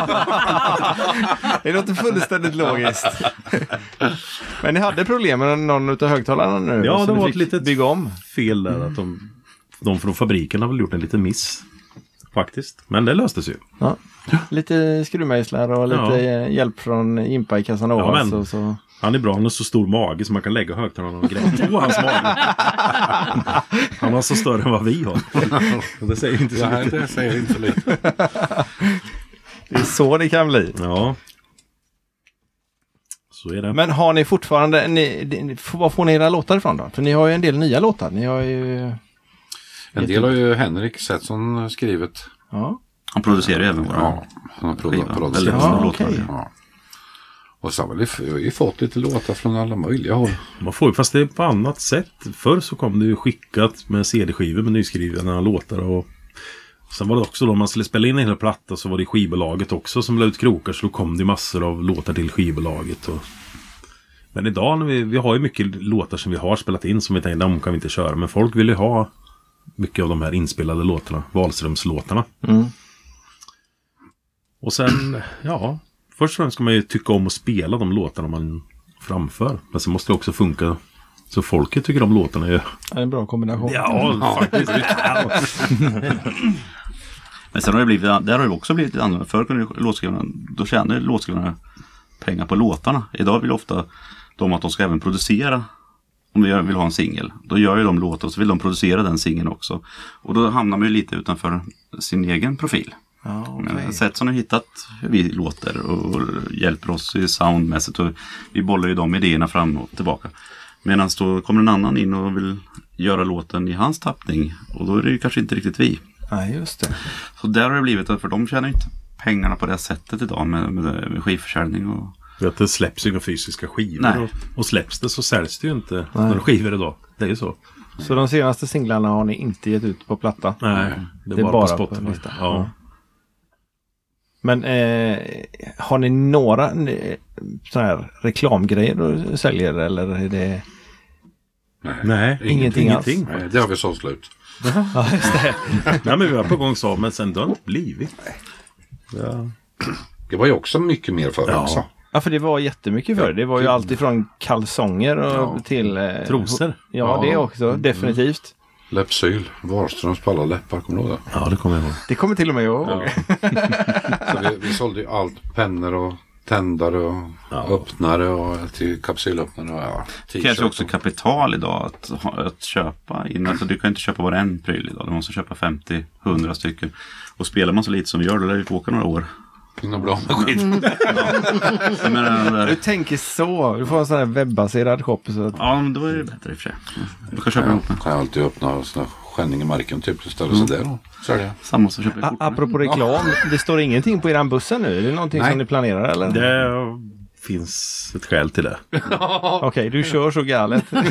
Det låter fullständigt logiskt. Men ni hade problem med någon utav högtalarna nu? Ja, det var ett litet bygga om fel där. Att de från fabriken har väl gjort en liten miss. Faktiskt. Men det löstes ju. Ja. Lite skruvmejslar och lite hjälp från Impa i Casanova. Ja, men så. Han är bra, han har så stor mage så man kan lägga högtalarna och grejer på hans mage. Han har så större än vad vi har. Det säger inte så lite. Det säger inte så lite. Det är så det kan bli. Ja. Så är det. Men har ni fortfarande, vad får ni era låtar ifrån då? För ni har ju en del nya låtar. Ni har ju... En del har ju Henrik Setson skrivit. Ja. Han producerar ju även våra. Ja, han har producerat. Ja, okay. Ja. Och så har vi ju fått lite låtar från alla möjliga håll. Man får ju, fast det är på annat sätt. Förr så kom det ju skickat med CD-skivor med nyskrivna låtar och sen var det också då man skulle spela in en hel platta så var det skivbolaget också som la ut krokar så då kom det massor av låtar till skivbolaget och... Men idag när vi har ju mycket låtar som vi har spelat in som vi tänkte de kan vi inte köra men folk vill ju ha mycket av de här inspelade låtarna, Wahlströmslåtarna. Och sen, först och främst ska man ju tycka om att spela de låtarna man framför. Men så måste det också funka så folket tycker om låtarna. Det är en bra kombination. Ja, faktiskt. Men sen har det blivit, där har det också blivit annorlunda. Förr kunde låtskrivarna, då tjänade låtskrivarna pengar på låtarna. Idag vill ofta de att de ska även producera. Om vi vill ha en singel, då gör ju de låtar och så vill de producera den singeln också. Och då hamnar man ju lite utanför sin egen profil. Men sätt som har hittat hur vi låter och hjälper oss i soundmässigt och vi bollar ju de idéerna fram och tillbaka. Medan då kommer en annan in och vill göra låten i hans tappning och då är det ju kanske inte riktigt vi. Nej, just det. Så där har det blivit, för de tjänar inte pengarna på det sättet idag med skivförsäljning och... Att det släpps inga fysiska skivor och släpps det så säljs det ju inte några skivor idag. Det är ju så. Så de senaste singlarna har ni inte gett ut på platta? Nej, det är bara på Spotify. Ja. Men har ni några sådana här reklamgrejer du säljer eller är det... Nej, ingenting alls. Nej, det har vi sålt slut. Ja, just det. Nej, men vi var på gång så, men sen det har inte blivit. Ja. Det var ju också mycket mer förr också. Ja, för det var jättemycket förr. Det var ju allt ifrån kalsonger och till... trosor. Ja, det också. Definitivt. Läppsyl. Wahlströms på alla läppar. Kommer du ihåg det? Ja, det kommer jag ihåg. Det kommer till och med ihåg. Ja. Så vi sålde ju allt. Pennor och tändare och öppnare och till kapsylöppnare. Och, det krävs ju också kapital idag att köpa in. Alltså, du kan inte köpa bara en pryl idag. Du måste köpa 50-100 stycken. Och spelar man så lite som vi gör, då lär vi få åka några år. Du tänker så. Du får en sån här webbaserad shop. Så att... Ja, men då är det bättre i och för sig. Du kan köpa ihop. Kan jag alltid öppna sån här skänning i marken typ och ställa sig där. Så är det. Samma som köper apropå reklam, det står ingenting på eran bussen nu. Är det någonting som ni planerar eller? Det finns ett skäl till det. Okej, du kör så galet. Det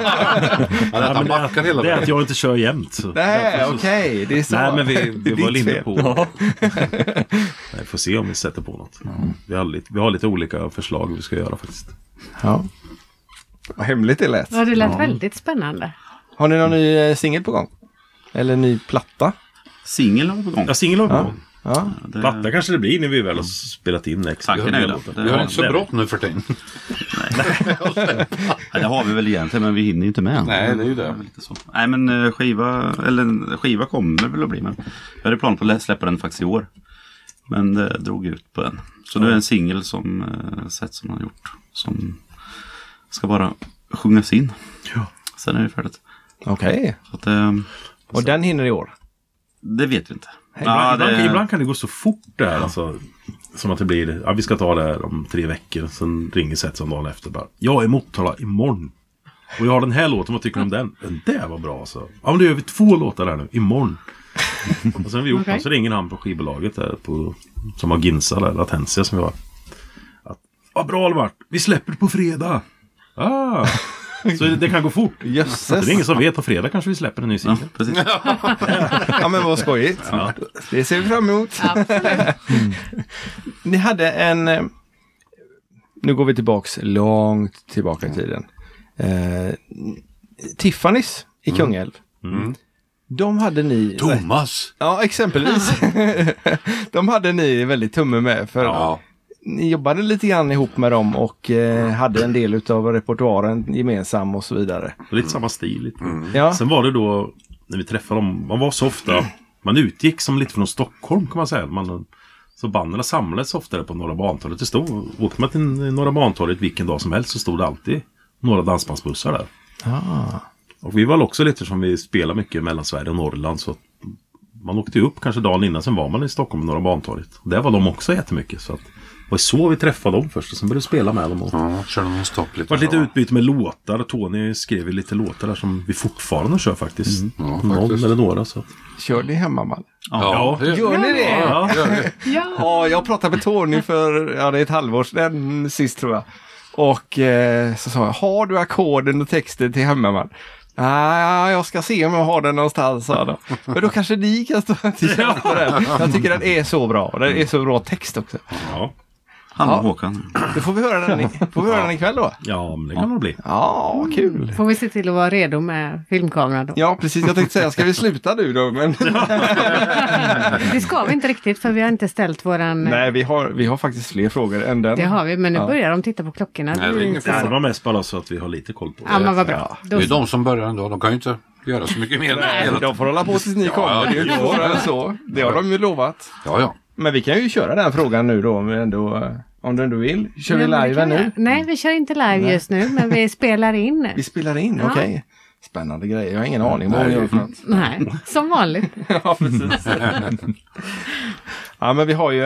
är att jag inte kör jämt. Så. Nej, okej, det är så. Nej, men vi var inne på... Ja. Nej, får se om vi sätter på något. Vi har lite olika förslag vi ska göra faktiskt. Ja. Vad hemligt det lät. Ja, det lät väldigt spännande. Har ni någon ny singel på gång? Eller ny platta? Singel har på gång. Ja, singel har på gång. Ja. Platta kanske det blir när vi väl har spelat in extra. Tanken är ju det. Vi har inte så brått nu för tiden. Nej, det har vi väl egentligen, men vi hinner ju inte med. Nej, det är ju det. Lite så. Nej, men skiva kommer väl att bli. Men jag hade plan på att släppa den faktiskt i år. Men det drog ut på den. Så nu är det en singel som man har gjort. Som ska bara sjungas in. Ja. Sen är det färdigt. Okej. Så att, Och den hinner i år? Det vet vi inte. Ibland kan det gå så fort där. Alltså, som att det blir, vi ska ta det här om 3 veckor. Sen ringer Setsson dagen efter. Bara, jag är Motala imorgon. Och jag har den här låten, vad tycker du om den? Den där var bra alltså. Ja, men då gör vi 2 låtar där nu, imorgon. Och sen har vi gjort så ringer han på skivbolaget där som har Ginsa där, Latensia som vi har. Vad bra Albert, vi släpper det på fredag. Så det kan gå fort. Jösses. Det är ingen som vet, på fredag kanske vi släpper en ny singel. Ja, precis. Ja, men vad skojigt. Ja. Det ser vi fram emot. Ni hade en... Nu går vi långt tillbaka i tiden. Tiffany's i Kungälv. De hade ni... Thomas! Ja, exempelvis. De hade ni väldigt tumme med. För ni jobbade lite grann ihop med dem och hade en del av repertoaren gemensam och så vidare. Lite samma stil. Lite. Ja. Sen var det då, när vi träffade dem, man var så ofta, man utgick som lite från Stockholm kan man säga. Så banden samlades oftare på Norra Bantorget. Åkte man till Norra Bantorget vilken dag som helst så stod det alltid några dansbandsbussar där. Och vi var också lite som vi spelar mycket i Mellansverige och Norrland, så man åkte upp kanske dagen innan, sen var man i Stockholm med Norra Bantorget. Där var de också jättemycket, så att det var så vi träffade dem först och sen började spela med dem. Ja, körde någon stopp lite. Det var lite utbyte med låtar. Tony skrev ju lite låtar där som vi fortfarande kör faktiskt. Någon eller några. Så. Kör ni hemma, man? Ja. Gör ni det? Ja. Ja, jag pratade med Tony för det är ett halvår sedan sist tror jag. Och så sa jag, har du ackorden och texten till hemma, Nej, jag ska se om jag har den någonstans. Då. Men då kanske ni kan stå till tjänst på den. Jag tycker den är så bra. Den är så bra text också. Ja. Han och Håkan. Då får vi höra den ikväll då. Ja, men det kan det bli. Ja, kul. Får vi se till att vara redo med filmkameran då? Ja, precis. Jag tänkte säga, ska vi sluta nu då? Men... Det ska vi inte riktigt för vi har inte ställt våran... Nej, vi har faktiskt fler frågor än den. Det har vi, men nu börjar de titta på klockorna. Nej, det är inget Det var mest bara så att vi har lite koll på det. Ja, men vad bra. Det är de som börjar ändå, de kan ju inte göra så mycket mer. Nej, de får hålla på tills ni kommer. Det är ju inte svårare än så. Det har de ju lovat. Ja. Men vi kan ju köra den frågan nu då, om du ändå vill. Kör vi live nu? Nej, vi kör inte live just nu, men vi spelar in. Vi spelar in, okej. Spännande grejer. Jag har ingen aning vad vi gör för något. Nej, som vanligt. Ja, precis. Ja, men vi har ju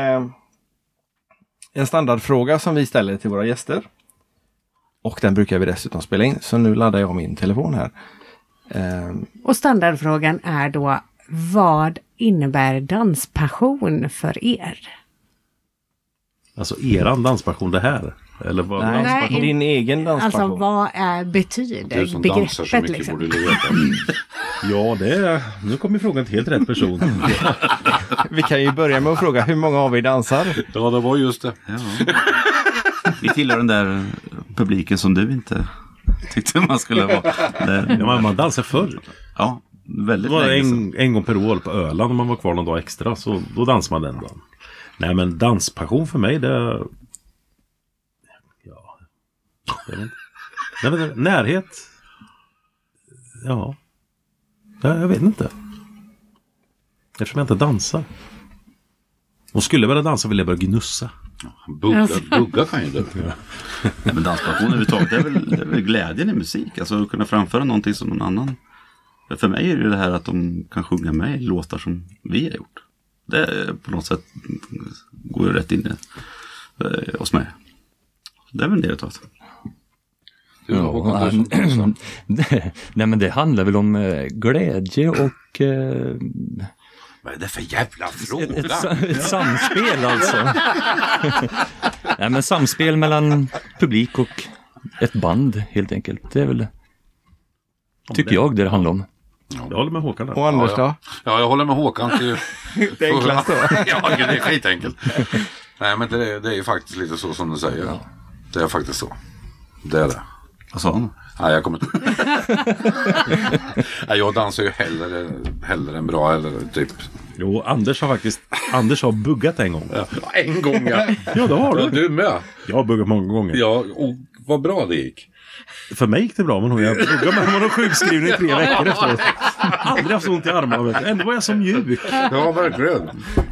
en standardfråga som vi ställer till våra gäster. Och den brukar vi dessutom spela in. Så nu laddar jag min telefon här. Och standardfrågan är då, vad innebär danspassion för er? Alltså eran danspassion det här? Eller vad? Nej, Nej, din egen danspassion. Alltså vad betyder Du som dansar så begreppet mycket liksom? borde du veta. Ja, nu kommer frågan till helt rätt person. Vi kan ju börja med att fråga, hur många av er dansar? Ja, det var just det. Ja. Vi tillhör den där publiken som du inte tyckte man skulle vara. Ja, man dansar förr. Ja, väldigt Det var länge en gång per år på Öland om man var kvar någon dag extra, så då dansar man den dagen. Nej, men danspassion för mig, det... Ja... Jag vet inte. Nej, men närhet... Ja... Jag vet inte. Eftersom jag inte dansar. Och skulle jag börja dansa vill jag börja gnussa. Bugga kan ju du. Nej, men danspassion överhuvudtaget, det är väl glädjen i musik. Alltså att kunna framföra någonting som någon annan. För mig är det här att de kan sjunga med i låtar som vi har gjort. Det är på något sätt går ju rätt in i oss med. Det är väl det taget. Nej, men det handlar väl om glädje och Vad är det för jävla fråga? Ett samspel alltså. Nej, men samspel mellan publik och ett band helt enkelt. Det är väl, tycker jag, det handlar om. Jag håller med Håkan där. Och Anders då? Ja, jag håller med Håkan. Det är enklast då. Ja, det är skitenkelt. Nej, men det är ju faktiskt lite så som du säger. Ja. Det är faktiskt så. Det är det. Vad sa han? Nej, jag kommer inte. Nej, jag dansar ju hellre än bra, eller typ. Jo, Anders har buggat en gång. Ja, en gång, ja. Ja, det har Ja, du. du med. Jag har buggat många gånger. Ja, och vad bra det gick. För mig gick det bra, men jag buggade med honom sjukskrivning i 3 veckor efteråt. Aldrig haft så ont i armarna. Ändå var jag så mjuk. Ja, verkligen.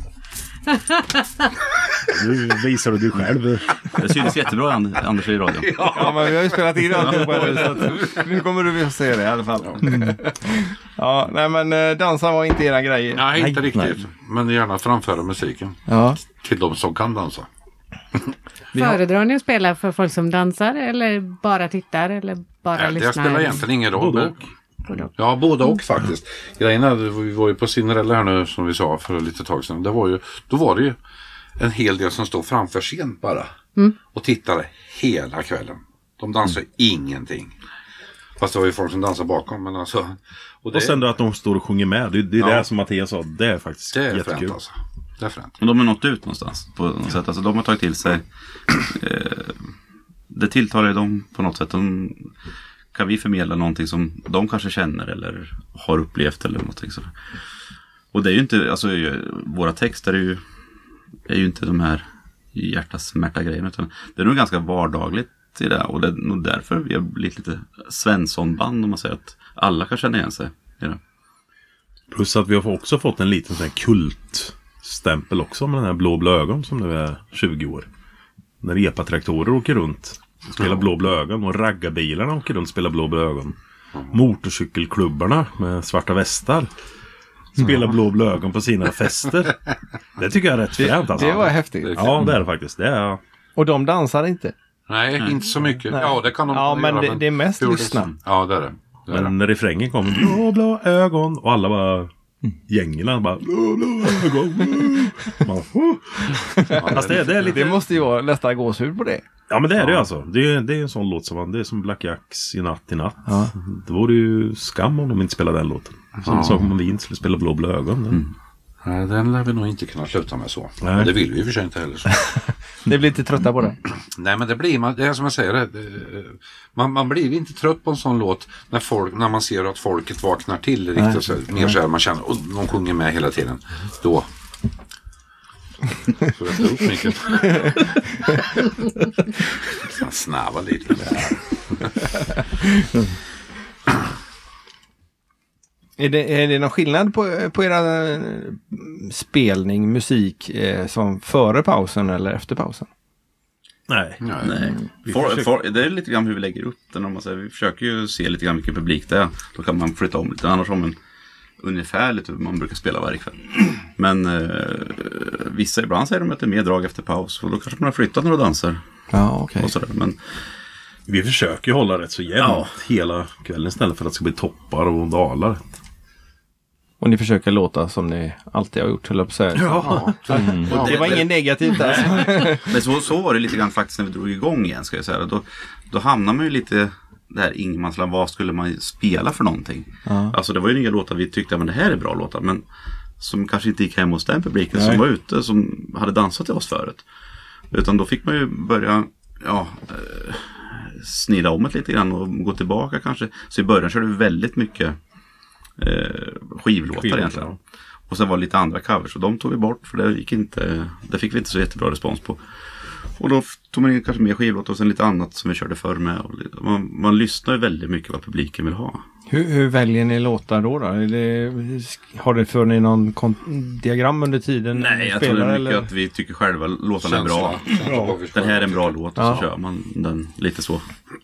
Nu visar du själv. Det syns jättebra Anders i radion. Ja, men vi har ju spelat in alltihopa nu, så att nu kommer du att se det i alla fall. Ja, nej men dansa var inte era grejer. Nej, inte riktigt. Nej. Men gärna framföra musiken. Ja. Till de som kan dansa. Föredrar ni att spela för folk som dansar eller bara tittar eller bara lyssnar? Det spelar egentligen ingen roll. Både och. Ja, båda och faktiskt. Grejen är, vi var ju på Cinderella här nu som vi sa för lite tag sedan. Då var det ju en hel del som stod framför scen bara. Och tittade hela kvällen. De dansade ingenting. Fast det var ju folk som dansade bakom. Men alltså, Och sen då att de står och sjunger med. Det är Ja. det som Mattias sa. Det är faktiskt det är jättekul. fränt alltså. Det är fränt. Men de har nått ut någonstans på något sätt. Alltså de har tagit till sig. Det tilltalar dem på något sätt. Kan vi förmedla någonting som de kanske känner eller har upplevt eller någonting sådär. Och det är ju inte, alltså våra texter är ju inte de här hjärtasmärta grejerna, utan det är nog ganska vardagligt i det. Och det är nog därför vi har blivit lite Svensson-band, om man säger att alla kan känna igen sig i det. Plus att vi har också fått en liten sån här kultstämpel också med den här blå ögon som nu är 20 år. När epatraktorer åker runt och spelar blå ögon och raggarbilarna åker runt och spelar blå ögon. Motorcykelklubbarna med svarta västar spelar blå ögon på sina fester. Det tycker jag är rätt fränt alltså. Det var häftigt. Ja, det är det faktiskt. Det är... Och de dansar inte. Nej, inte så mycket. Nej. Ja, det kan de Ja, men göra, det är mest hur lyssna. Ja, det är det. Det är det. Men när refrängen kommer blå ögon och alla bara gängerna bara blå ögon. Alltså det är lite... Det måste ju vara nästan gåshud på det. Ja, men det är det alltså. Det är en sån låt som det är som Black Jacks i natt. Ja. Det vore ju skam om de inte spelade den låten. Som om vi inte skulle spela blå ögon. Nej, den lär vi nog inte kunna sluta med så. Nej. Men det vill vi för sig inte heller så. Det blir lite trötta på det. Nej, men det blir man. Det är som jag säger. Man blir inte trött på en sån låt när man ser att folket vaknar till riktigt så mer så här, man känner och de sjunger med hela tiden. Då. Så jag tar upp mycket. Han snävar lite. Är det någon skillnad på era spelning, musik som före pausen eller efter pausen? Nej. Nej. Det är lite grann hur vi lägger upp den. Om man säger. Vi försöker ju se lite grann vilken publik det är. Då kan man flytta om lite. Annars har man ungefärligt hur man brukar spela varje kväll. Men vissa ibland säger de att det är mer drag efter paus. Och då kanske man har flyttat några danser. Ja, okej. Och sådär. Men Vi försöker ju hålla rätt så jämnt hela kvällen istället för att det ska bli toppar och dalar. Och ni försöker låta som ni alltid har gjort, höll jag på att säga. Ja. Och det var inget negativt där. Men så var det lite grann faktiskt när vi drog igång igen, ska jag säga. Då hamnar man ju lite där ingenmansland, vad skulle man spela för någonting? Ja. Alltså det var ju inga låtar vi tyckte, men det här är bra låtar, men som kanske inte gick hem hos den publiken som var ute, som hade dansat till oss förut. Utan då fick man ju börja snida om ett lite grann och gå tillbaka kanske. Så i början körde vi väldigt mycket skivlåtar egentligen. Ja. Och sen var det lite andra covers och de tog vi bort för det fick vi inte så jättebra respons på. Och då tog man in kanske mer skivlåtar och sen lite annat som vi körde förr med. Och man lyssnar ju väldigt mycket vad publiken vill ha. Hur väljer ni låtar då? Har det för ni någon diagram under tiden? Nej, jag tror det är mycket att vi tycker själva låtarna är bra. Den här är en bra låt och så kör man den lite så.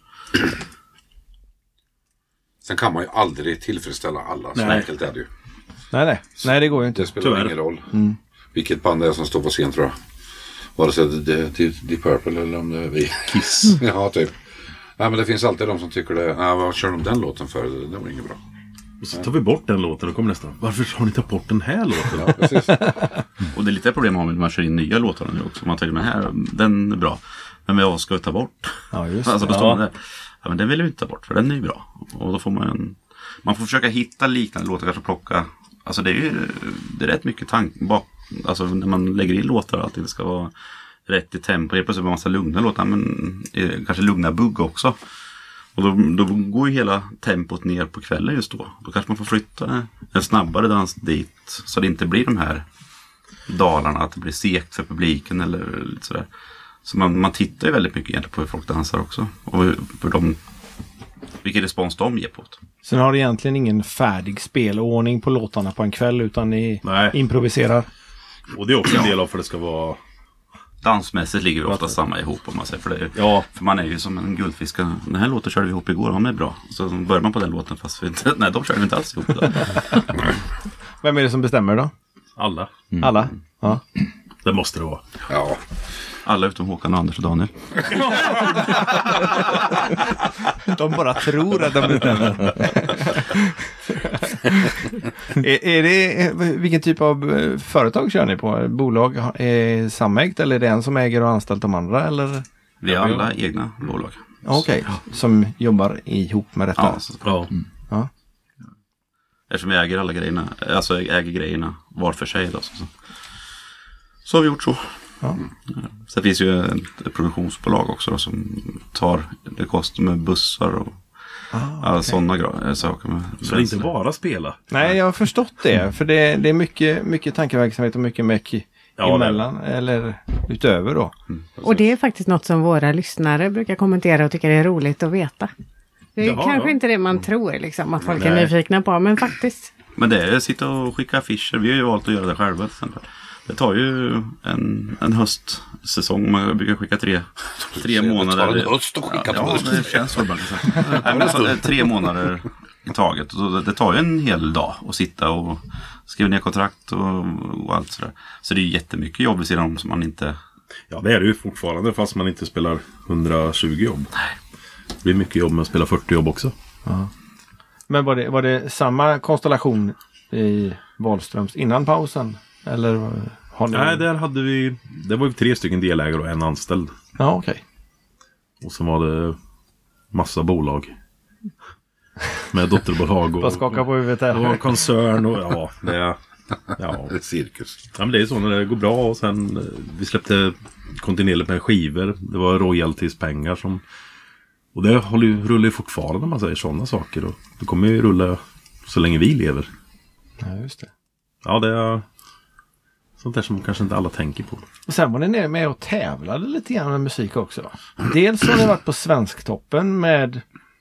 Sen kan man ju aldrig tillfredsställa alla, så enkelt är det ju. Nej, det går ju inte. Det spelar ingen roll. Vilket band det är som står på scen, tror jag. Vare sig det är Deep Purple eller om det är vi. Kiss. Ja, typ. Nej, men det finns alltid de som tycker det. Vad kör de den låten för? Det var inget bra. Och så tar vi bort den låten och kommer nästan, varför har ni tagit bort den här låten? Ja, precis. Och det är lite problem när man kör in nya låtar nu också. Man tänker, men här, den är bra. Men vad ska vi ta bort? Ja, just alltså, då står man det. där. Ja, men den vill vi inte ta bort, för den är ju bra. Och då får man får försöka hitta liknande låtar, kanske plocka. Alltså det är rätt mycket bak. Alltså när man lägger in låtar, att det ska vara rätt i tempo. Det är plötsligt en massa lugna låtar, men kanske lugna bugg också. Och då går ju hela tempot ner på kvällen just då. Då kanske man får flytta en snabbare dans dit, så det inte blir de här dalarna, att det blir segt för publiken eller lite sådär. Så man tittar ju väldigt mycket egentligen på hur folk dansar också. Och för vilken respons de ger på det. Sen har det egentligen ingen färdig spelordning på låtarna på en kväll, utan ni improviserar. Och det är också en del av för det ska vara... Dansmässigt ligger det ofta samma ihop, om man säger. För man är ju som en guldfisk. Den här låten körde vi ihop igår, den är bra. Så börjar man på den låten, fast de körde vi inte alls ihop då. Vem är det som bestämmer då? Alla. Alla? Ja. Det måste det vara. Ja. Alla utom Håkan, Anders och Daniel. De bara tror att de bestämmer. är det, vilken typ av företag kör ni på? Bolag är samägt, eller är det en som äger och anställt de andra? Eller? Vi har alla egna bolag. Okej, som jobbar ihop med detta. Ja. Eftersom vi äger alla grejerna, alltså äger grejerna var för sig då, så har vi gjort så. Ja. Sen finns ju ett produktionsbolag också då, som tar det kostar med bussar och sådana saker. Så det är inte bara spela. Nej, jag har förstått det. För det är mycket tankeverksamhet och mycket meck emellan, eller utöver då. Och det är faktiskt något som våra lyssnare brukar kommentera och tycker är roligt att veta. Det är kanske inte det man tror liksom, att folk är nyfikna på, men faktiskt. Men det är att sitta och skicka affischer. Vi har ju valt att göra det själva till exempel. Det tar ju en höstsäsong. Man brukar skicka tre månader. Det tar en höst att skicka det känns så ibland. 3 månader i taget. Och det tar ju en hel dag att sitta och skriva ner kontrakt och allt sådär. Så det är jättemycket jobb vid sidan om som man inte... Ja, det är det ju fortfarande, fast man inte spelar 120 jobb. Nej. Det blir mycket jobb med att spela 40 jobb också. Ja. Men var det samma konstellation i Wahlströms innan pausen? Eller har ni... Nej, där hade vi... Det var ju 3 stycken delägare och en anställd. Ja, okej. Och så var det massa bolag. Med dotterbolag och... Bara skaka på huvudet här. Och koncern och det är cirkus. Ja, men det är så när det går bra, och sen vi släppte kontinuerligt med skivor. Det var royalties-pengar som... Och det rullar ju fortfarande när man säger sådana saker. Och det kommer ju rulla så länge vi lever. Ja, just det. Ja, det är sånt där som kanske inte alla tänker på. Och sen var ni med och tävlade lite grann med musik också. Dels har ni varit på Svensktoppen med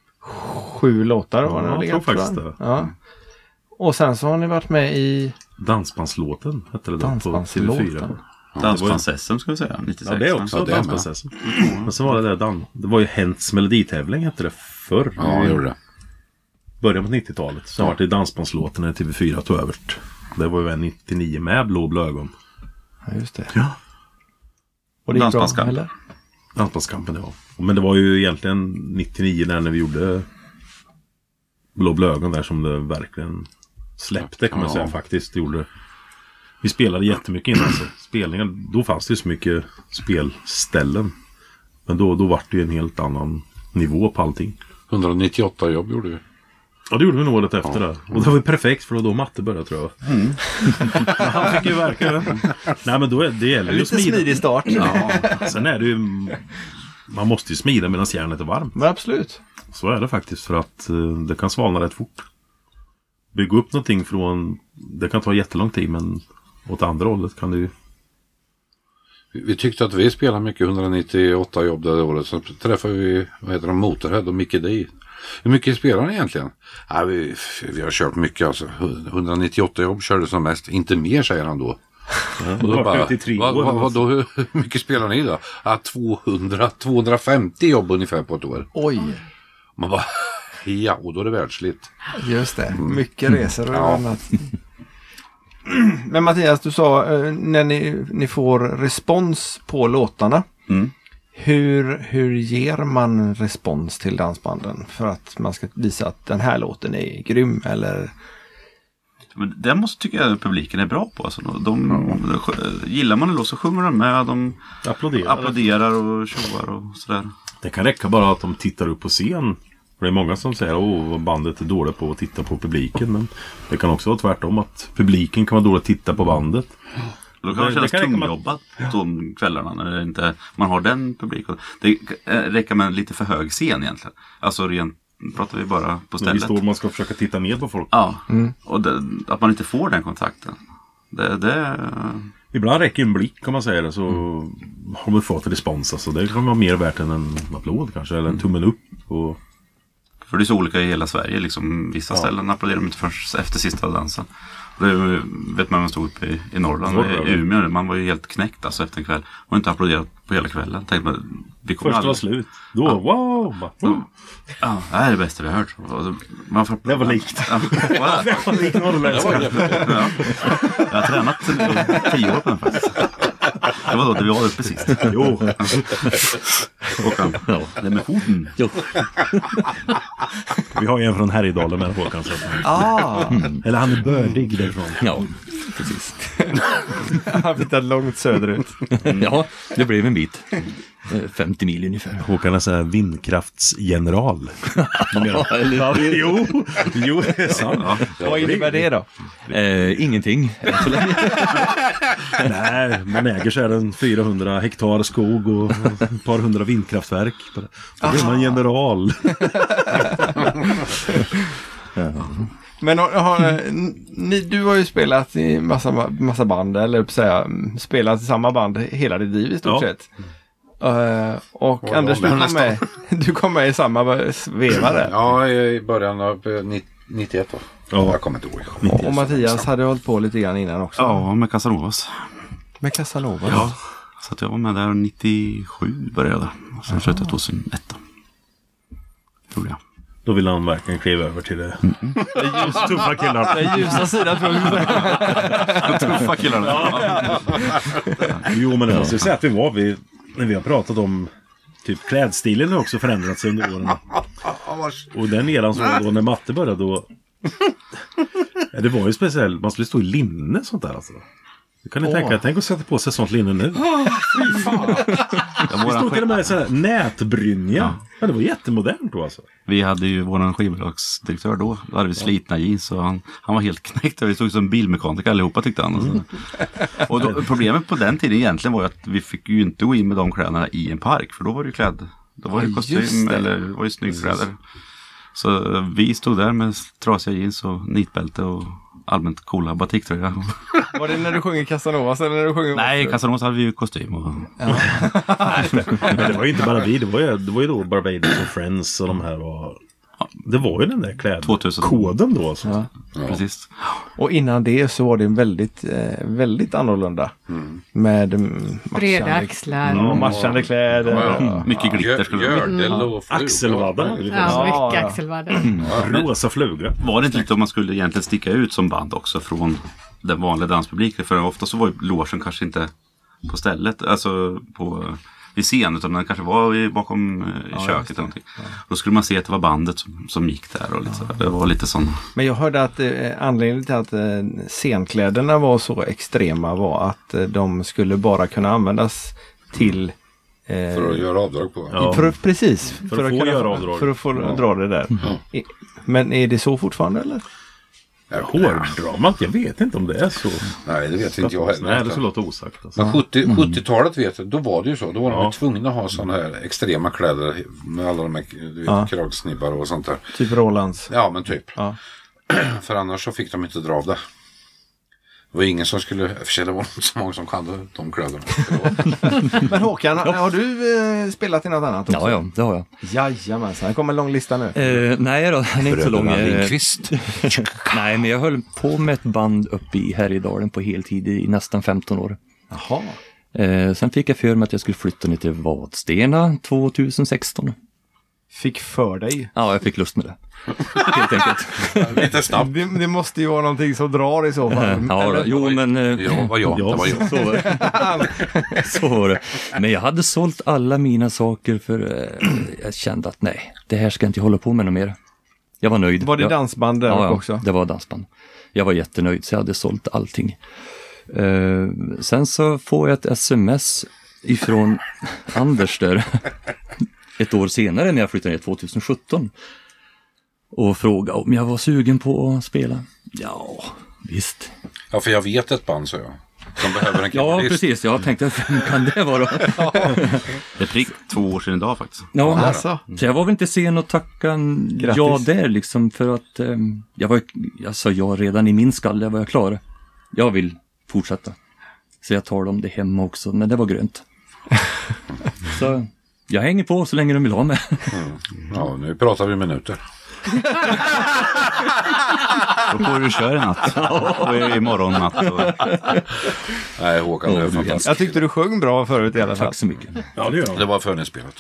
7 låtar. Ja, jag tror faktiskt det. Ja. Och sen så har ni varit med i... Dansbandslåten hette det då på TV4. Dansband-SM ska vi säga, 96. Ja, det är också Dansband-SM. Men så var det det var ju Hents meloditävling hette det förr. Ja, det gjorde det. Början på 90-talet. Så var det Dansbandslåten när TV4 tog över. Det var ju 99 med Blå ögon. Ja, just det. Ja. Och det gick bra, eller? Dansbandskampen, ja. Men det var ju egentligen 99 när vi gjorde Blå ögon där som det verkligen släppte, kan man säga faktiskt. Vi spelade jättemycket innan, alltså. Spelningar, då fanns det så mycket spelställen. Men då var det ju en helt annan nivå på allting. 198 jobb gjorde vi. Ja, det gjorde vi nog året efter det. Och det var ju perfekt, för då Matte började, tror jag. Han fick ju verkligen... Nej, men då det gäller ju lite smidig start. Ja, sen är det ju... Man måste ju smida medan järnet är varmt. Men absolut. Så är det faktiskt, för att det kan svalna rätt fort. Bygga upp någonting från... Det kan ta jättelång tid, men åt andra hållet kan det ju... Vi tyckte att vi spelade mycket 198 jobb det året. Så träffade vi, Motorhead och Mickey D. Hur mycket spelar ni egentligen? Ja, vi har kört mycket, alltså. 198 jobb körde som mest. Inte mer, säger han då. Ja, och då bara, hur mycket spelar ni då? Ja, 250 jobb ungefär på ett år. Oj. Man bara, ja, och då är det världsligt. Just det, mycket resor och annat. Men Mattias, du sa när ni får respons på låtarna. Hur ger man respons till dansbanden för att man ska visa att den här låten är grym eller? Men det tycker jag publiken är bra på. Alltså, gillar man en låt så sjunger de med. De applåderar och tjoar och sådär. Det kan räcka bara att de tittar upp på scen. För det är många som säger att bandet är dåligt på att titta på publiken. Men det kan också vara tvärtom att publiken kan vara dålig att titta på bandet. Då kan det kännas tungjobbat de kvällarna när det inte, man har den publiken. Det räcker med en lite för hög scen egentligen. Alltså rent pratar vi bara på stället. Det står man ska försöka titta ner på folk. Ja, och att man inte får den kontakten. Ibland räcker en blick om man säger det så har man fått respons. Alltså, det kan vara mer värt än en applåd kanske eller en tummen upp. För det är så olika i hela Sverige. Liksom, vissa ställen applåderar de inte först efter sista dansen. Det vet man stod uppe i Norrland, i Umeå. Man var ju helt knäckt alltså, efter en kväll. Man har inte applåderat på hela kvällen. Tänkte man, först var slut. Då, wow! Ja, det är det bästa vi har hört. Det var likt. Det var likt norrländska. Jag har tränat 10 år på den faktiskt. Det var då det vi var uppe sist. Jo. Håkan. Ja, det med foten. Jo. Vi har ju en från Härjedalen med Håkan. Eller han är bördig därifrån. Ja, precis. Han flyttat långt söderut. Ja, det blev en bit. 50 mil ungefär. Håkan är så här vindkraftsgeneral. Jo, det är sant. Vad innebär det då? Ingenting. Nej, man äger så här en 400 hektar skog och ett par hundra vindkraftverk. Då blir man general. Men du har ju spelat i massa band, eller säga, spelat i samma band hela ditt liv i stort sett. Och Anders, du kom med i samma vevare. Ja, i början av 91 då. Ja. Jag kommer inte ihåg. Och Mattias hade hållit på lite grann innan också. Ja, med Casanovas. Med Casanovas? Ja, så att jag var med där 97 började. Och sen slutade 2001 då. Tror jag. Då vill han verkligen kliva över till det. Tuffa killar. Den ljusa sidan tror jag. Tuffa killar. Ja. Jo, men det måste jag säga att när vi har pratat om typ klädstilen har också förändrats under åren. Och den eran som då när matte började då det var ju speciellt. Man skulle stå i linne sånt där alltså. Du kan ni tänk att sätta på sig sånt linne nu. Fy fan. Vi stod till och med sådär nätbrynja. Ja, det var jättemodernt då alltså. Vi hade ju våran skivbolagsdirektör då. Då hade vi slitna jeans och han var helt knäckt. Vi stod som bilmekaniker allihopa tyckte han. Och då, problemet på den tiden egentligen var ju att vi fick ju inte gå in med de kläderna i en park. För då var det ju då var det kostym eller det var ju snyggkläder. Så vi stod där med trasiga jeans och nitbälte och allmänt coola batiktröja. Var det när du sjunger Casanovas eller när du sjunger? Nej, Casanovas hade vi ju kostym. Och... Ja. Men det var ju inte bara vi. Det var ju då Barbados och Friends och de här var... Det var ju den där klädkoden då. Så. Ja, precis. Och innan det så var det väldigt, väldigt annorlunda. Med breda axlar. Och matchande kläder. Ja. Mycket glitter skulle axelvaddar. Ja, mycket axelvaddar. Rosa fluga. Var det inte lite om man skulle egentligen sticka ut som band också från den vanliga danspubliken? För ofta så var ju logen kanske inte på stället, alltså vid scen, utan den kanske var bakom köket eller någonting. Ja. Då skulle man se att det var bandet som gick där och lite så. Det var lite sån. Men jag hörde att anledningen till att scenkläderna var så extrema var att de skulle bara kunna användas till för att göra avdrag på. Ja. Precis. För att få göra avdrag. För att få dra det där. Ja. Men är det så fortfarande eller? Hårddramat, jag vet inte om det är så. Nej, det vet inte jag heller. Nej, det skulle låta osagt. Alltså. Men 70-talet vet jag, då var det ju så. Då var de tvungna att ha sådana här extrema kläder med alla de här kragsnibbar och sånt där. Typ Rolands. Ja, men typ. Ja. För annars så fick de inte dra av det. Det var ingen som skulle, för det var inte så många som hade de kläderna. Men Håkan, har du spelat i något annat också? Ja, det har jag. Jajamensan, det kommer en lång lista nu. Nej då, den är inte så lång. Nej, men jag höll på med ett band uppe i Härjedalen på heltid i nästan 15 år. Jaha. Sen fick jag för mig att jag skulle flytta ner till Vadstena 2016. fick för dig. Ja, jag fick lust med det. Helt enkelt. Lite snabbt. Det måste ju vara någonting som drar i så fall. Ja, då, jo men... Ja, var jag. Det var jag. Så var det. Så var det. Men jag hade sålt alla mina saker för jag kände att nej, det här ska jag inte hålla på med något mer. Jag var nöjd. Var det dansband där också? Det var dansband. Jag var jättenöjd så jag hade sålt allting. Sen så får jag ett sms ifrån Anders där ett år senare när jag flyttade ner 2017 och frågade om jag var sugen på att spela. Ja, visst. Ja, för jag vet ett band, så jag. Som behöver en Ja, keyboardist. precis. Jag tänkte, vem kan det vara? Det är prick 2 år sedan idag faktiskt. Ja, Alltså. så jag var väl inte sen att tacka ja där liksom, för att jag sa ja redan i min skalle, var jag klar. Jag vill fortsätta. Så jag tar dem det hemma också, men det var grönt. Så jag hänger på så länge de vill ha mig. Ja, nu pratar vi minuter. Då får du köra en natt. Och imorgon natt. Nej, Håkan, det är fantastiskt. Jag tyckte du sjöng bra förut i alla fall. Tack så mycket. Ja, det gör jag. Det var förinspelat.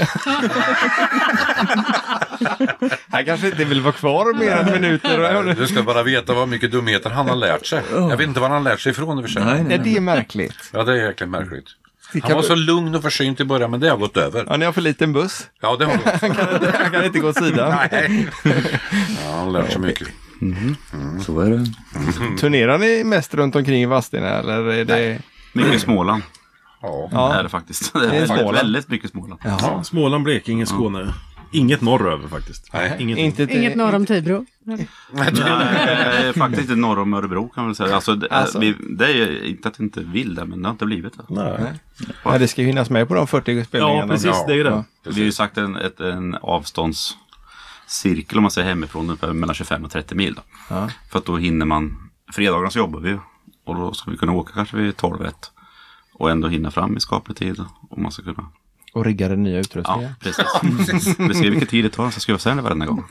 Han kanske inte vill vara kvar mer än minuter. Du ska bara veta vad mycket dumheter han har lärt sig. Jag vet inte vad han har lärt sig ifrån i och för sig. Nej, det är märkligt. Ja, det är jäkligt märkligt. Han var så lugn och försynt i början, men det har gått över. Ja, ni har för liten buss. Ja, det har gått. Han kan inte gå åt sidan. Nej. Ja, han har lärt sig mycket. Så är det. Turnerar ni mest runt omkring i Vadstena eller är det... Mycket Småland. Ja. Det är det faktiskt. Det är Småland. väldigt mycket Småland. Ja, Småland, Blekinge, Skåne. Inget norröver faktiskt. Nej. Inte Inget norr om Tibro. Nej, faktiskt inte norr om Örebro kan man väl säga. Alltså, det är inte att jag inte vill det, men det har inte blivit det. Nej. Ja, det ska ju hinnas med på de 40 spelningarna. Ja, precis. Det är ju det. Det är ju sagt en avståndscirkel om man säger hemifrån ungefär mellan 25 och 30 mil. Då. Ja. För att då hinner man, fredagarna så jobbar vi ju. Och då ska vi kunna åka kanske vid 12-1. Och ändå hinna fram i skaplig tid. Och man ska kunna... Och rigga den nya Ja, utrustningen. precis. Vi ser vilken tid det tar så ska jag säga det varenda gång.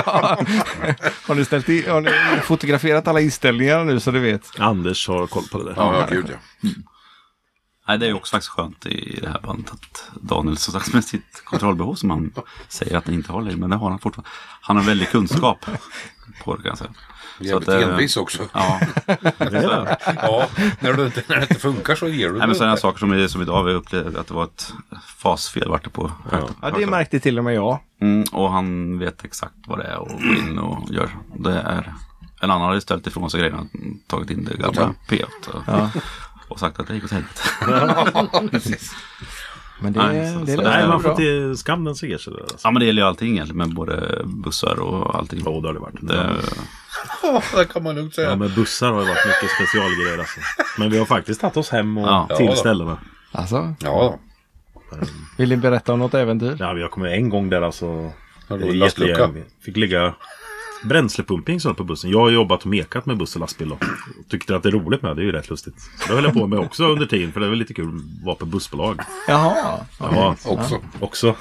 Har ni fotograferat alla inställningar nu så du vet? Anders har koll på det där. Ja, gud ja. Nej, det är ju också faktiskt skönt i det här bandet att Daniel så sagt med sitt kontrollbehov som han säger att han inte håller i, men det har han fortfarande. Han har väldigt kunskap på det kan jag säga. Jävligt envis också. Ja. Ja, när det inte funkar så ger du Nej, men sådana saker som idag vi upplevde att det var ett fasfel vart det på. Ja, det märkte till och med jag. Och han vet exakt vad det är och går in och gör. Det är en annan hade ställt ifrån sig grejerna, tagit in det gamla P8 och sagt att det gick åt helvete. Precis. Men Nej, det så Nej, är man bra. får till skam den ser sig där. Alltså. Ja, men det gäller ju allting egentligen med både bussar och allting. Ja, det har det varit. Det kan man lugnt säga. Ja, men bussar har ju varit mycket specialgrejer alltså. Men vi har faktiskt tagit oss hem och till Ja, ställena. Alltså, Ja, vill ni berätta om något äventyr? Ja, vi har kommit en gång där alltså. Har Det du är lastlucka? jättegärna. Fick ligga bränslepumping så på bussen. Jag har jobbat och mekat med buss och lastbil och tyckte att det är roligt med det är ju rätt lustigt. Så det höll jag på med också under tiden för det är väl lite kul att vara på bussbolag. Jaha. Ja, Också.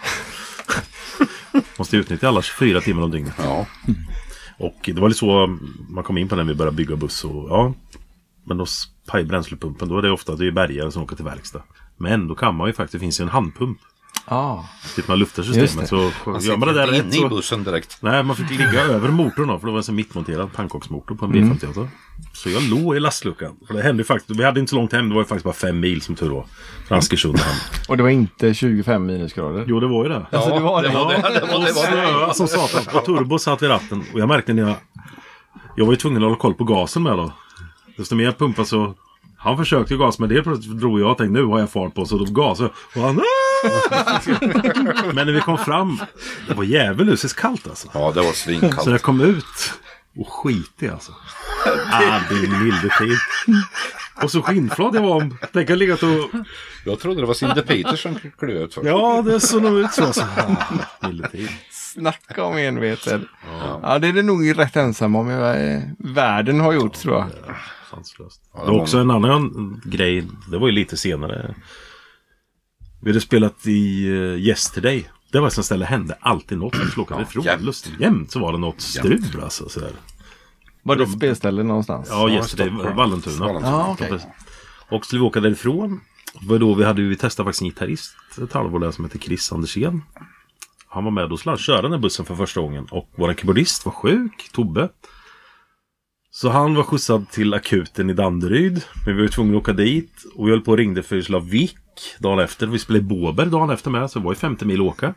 Måste utnyttja alla 24 timmar om dygnet. Ja. Och det var lite så man kom in på när vi började bygga buss och ja. Men då paj bränslepumpen, då är det ofta det är bärgare som åker till verkstad. Men då kan man ju faktiskt, det finns ju en handpump. Typ man luftar systemet så gör man det där rätt in så... i bussen direkt. Nej, man fick ligga över motorn då, för det var en sån mittmonterad pannkaksmotor på en B58. Så jag låg i lastluckan. För det hände ju faktiskt, vi hade inte så långt hem, det var ju faktiskt bara 5 mil som tur var. Från Askersund hem. Och det var inte 25 minusgrader? Jo, det var ju det. Alltså, det var det. Och snö som satan. Och turbo satt vid ratten. Och jag märkte när jag var ju tvungen att hålla koll på gasen med då. Desto mer jag pumpade så... Han försökte ju gas, men det plötsligt drog jag och tänkte nu har jag fart på så då gasade och han... Men när vi kom fram, det var djävulusiskt kallt alltså. Ja, det var svinkallt. Så jag kom ut och skitig alltså. Det är milde tid. Och så skinnflad jag var. Tänk jag legat och... Jag trodde det var Cindy Peters som klev ut först. Ja, det såg nog ut så. Milde tid. Snacka om enveten. Ja, det är det nog rätt ensam om världen har gjort tror jag. Sanslöst. Det var också en annan grej. Det var ju lite senare. Vi hade spelat i Yesterday. Det var ett sånt ställe, hände alltid något som slokade ifrån. Jämt så var det något strul alltså. Sådär. Var det ett spelställe någonstans? Ja, Yesterday, Vallentuna. Ja, okej. Och skulle vi åka därifrån. Var då vi testade faktiskt en gitarrist ett halvår där som heter Chris Andersén. Han var med och skulle köra den här bussen för första gången. Och vår keyboardist var sjuk, Tobbe. Så han var skjutsad till akuten i Danderyd. Men vi var tvungna att åka dit. Och vi höll på och ringde för Slavik dagen efter. Vi spelade Båber dagen efter med. Så det var ju 50 mil åka.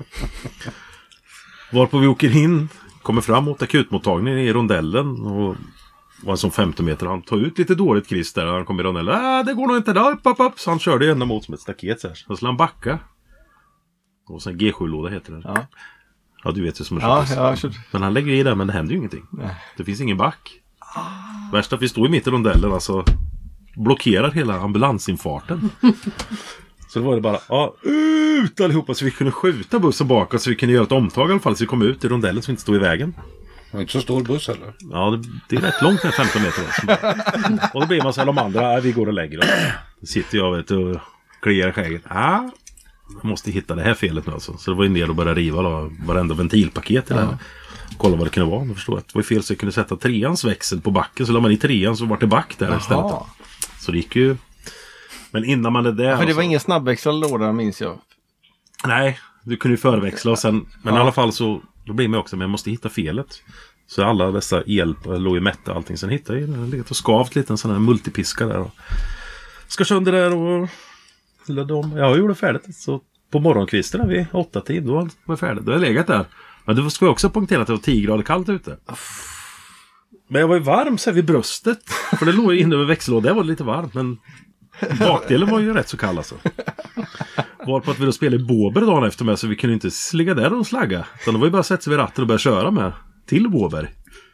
Varpå vi åker in. Kommer fram mot akutmottagningen i rondellen. Och var en sån 50 meter. Han tar ut lite dåligt Chris där. Han kommer i rondellen. Det går nog inte där. Upp. Så han körde ju ända mot som ett staket. Så skulle han backa. Och sen G7-låda heter det. Ja. Ja, du vet ju som har kört. Men han lägger i där, men det händer ju ingenting. Nej. Det finns ingen back. Värst att vi står i mitten i rondellen, alltså blockerar hela ambulansinfarten. Så det var det bara, ut allihopa så vi kunde skjuta bussen bakåt så vi kunde göra ett omtag i alla fall så vi kom ut i rondellen så vi inte stod i vägen. Det var inte så stor buss eller? Ja, det är rätt långt här 15 meter. Och då blir man så här, de andra, vi går och lägger oss. Då sitter jag och kliar skägget. Jag måste hitta det här felet nu alltså. Så det var ju ner och börja riva då, varenda ventilpaket i det här. Kolla vad det kunde vara. Jag förstår att det var fel så jag kunde sätta 3ans växel på backen. Så la man i 3an så var det back där istället. Så det gick ju... Men innan man är där... Ja, för det var ingen snabbväxlad låda minns jag. Nej, du kunde ju förväxla och sen... Men i alla fall så... Då blir man också, men jag måste hitta felet. Så alla dessa låg i mätta och allting. Sen hittade jag legat och skavt lite en sån här multipiska där. Och ska sönder där och... Jag gjorde färdigt. Så på morgonkvisten vid 8-tid, då var jag färdig. Då har jag legat där. Men du ska också poängtera att det var 10 grader kallt ute. Men jag var ju varm så här vid bröstet. För det låg ju inne över växellådan. Det var lite varmt, men bakdelen var ju rätt så kall alltså. Varpå att vi då spelade Båber dagen efter med, så vi kunde inte ligga där och slagga. Utan det var ju bara att sätta sig vid ratten och börja köra med till Båber.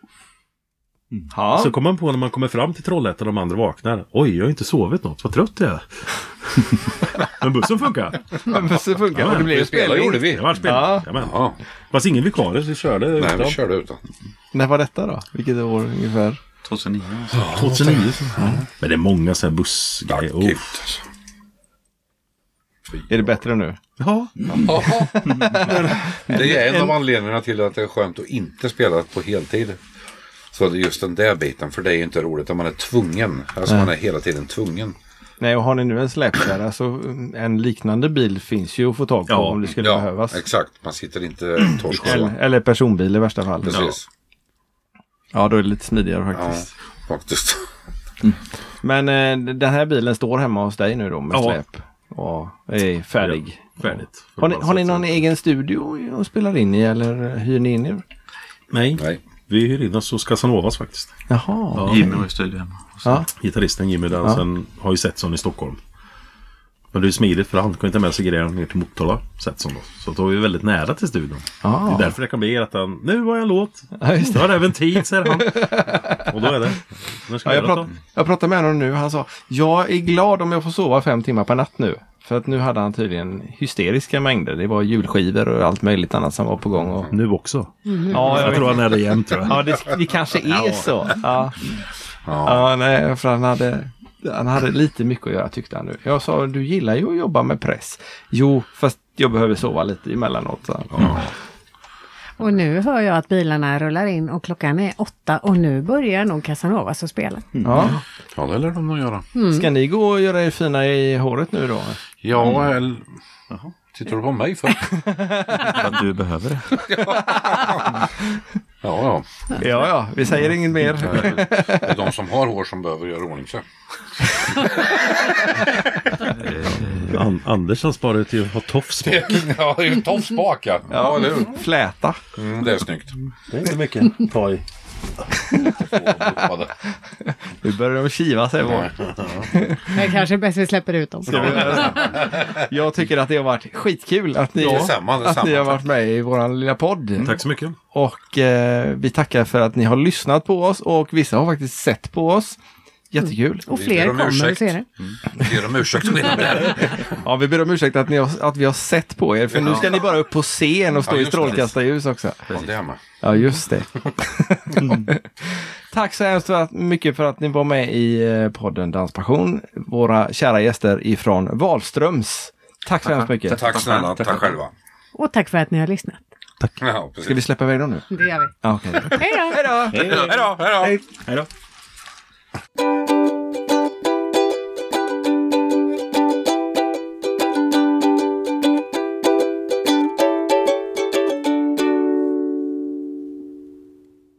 Så kommer man på när man kommer fram till Trollhättan och de andra vaknar. Oj, jag har inte sovit något. Vad trött jag är. Men bussen funkar. Och det blev ju spelning. Gjorde vi. Det var spelning. Ja. Fast ingen vikarie, så vi körde utan. Nej, vi körde utan. När var detta då? Vilket år ungefär? 2009. 2009. Men det är många så här bussgrejer. Är det bättre nu? Ja. Det är en av anledningarna till att det är skönt att inte spela på heltid. Så det är just den där biten, för det är ju inte roligt att man är tvungen. Alltså man är hela tiden tvungen. Nej, och har ni nu en släpkärra så en liknande bil finns ju att få tag på om det skulle behövas. Exakt. Man sitter inte torsk. Eller personbil i värsta fall. Precis. Ja, då är det lite smidigare faktiskt. Ja, faktiskt. Men den här bilen står hemma hos dig nu då med släp och är färdig. Ja, färdigt. Har ni någon egen studio att spela in i eller hyr ni in er? Nej. Vi hyr in oss hos Casanovas faktiskt. Jaha. Ja, Jimmy var i studion. Gitarristen Jimmy där och sen har ju Setson i Stockholm. Men det är smidigt för han kan inte med sig grejer ner till Motala Setson då. Så då är vi väldigt nära till studion. Det är därför det kan bli att han, nu var jag en låt. Då har det även tid, säger han. Och då är det. Jag pratade med honom nu. Han sa, jag är glad om jag får sova 5 timmar per natt nu. För att nu hade han tydligen hysteriska mängder. Det var julskivor och allt möjligt annat som var på gång. Och... Nu också. Ja, jag tror han är det jämt, tror jag. Ja, det kanske är så. Ja, nej, för han hade lite mycket att göra, tyckte han nu. Jag sa, du gillar ju att jobba med press. Jo, fast jag behöver sova lite emellanåt. Så. Och nu hör jag att bilarna rullar in och klockan är 8 och nu börjar nog Casanovas att spela. Ja, det lär de nog göra. Ska ni gå och göra er fina i håret nu då? Ja, tittar du på mig för? Att du behöver det. Ja, vi säger inget mer. Det är de som har hår som behöver göra ordning sig. Anders har sparat till att ha tofspak. Ja, det är ju tofspak. Ja, eller hur? Fläta. Det är snyggt. Det är inte mycket ta i. Nu börjar de kiva sig var. Det kanske är bäst vi släpper ut dem. Jag tycker att det har varit skitkul att ni, att ni har varit med i våran lilla podd. Tack så mycket. Och vi tackar för att ni har lyssnat på oss och vissa har faktiskt sett på oss. Jättekul. Och fler kommer att se det. Vi ber om ursäkt. Ja, vi ber om ursäkt att vi har sett på er. För nu ska ni bara upp på scen och stå i strålkastarljus också. Ja, just det. Tack så hemskt mycket för att ni var med i podden Danspassion. Våra kära gäster ifrån Wahlströms. Tack så hemskt mycket. Tack snälla, tack själva. Och tack för att ni har lyssnat. Tack. Ja, ska vi släppa iväg dem nu? Det gör vi. Ja, okej. Hej då! Hej då! Hej då!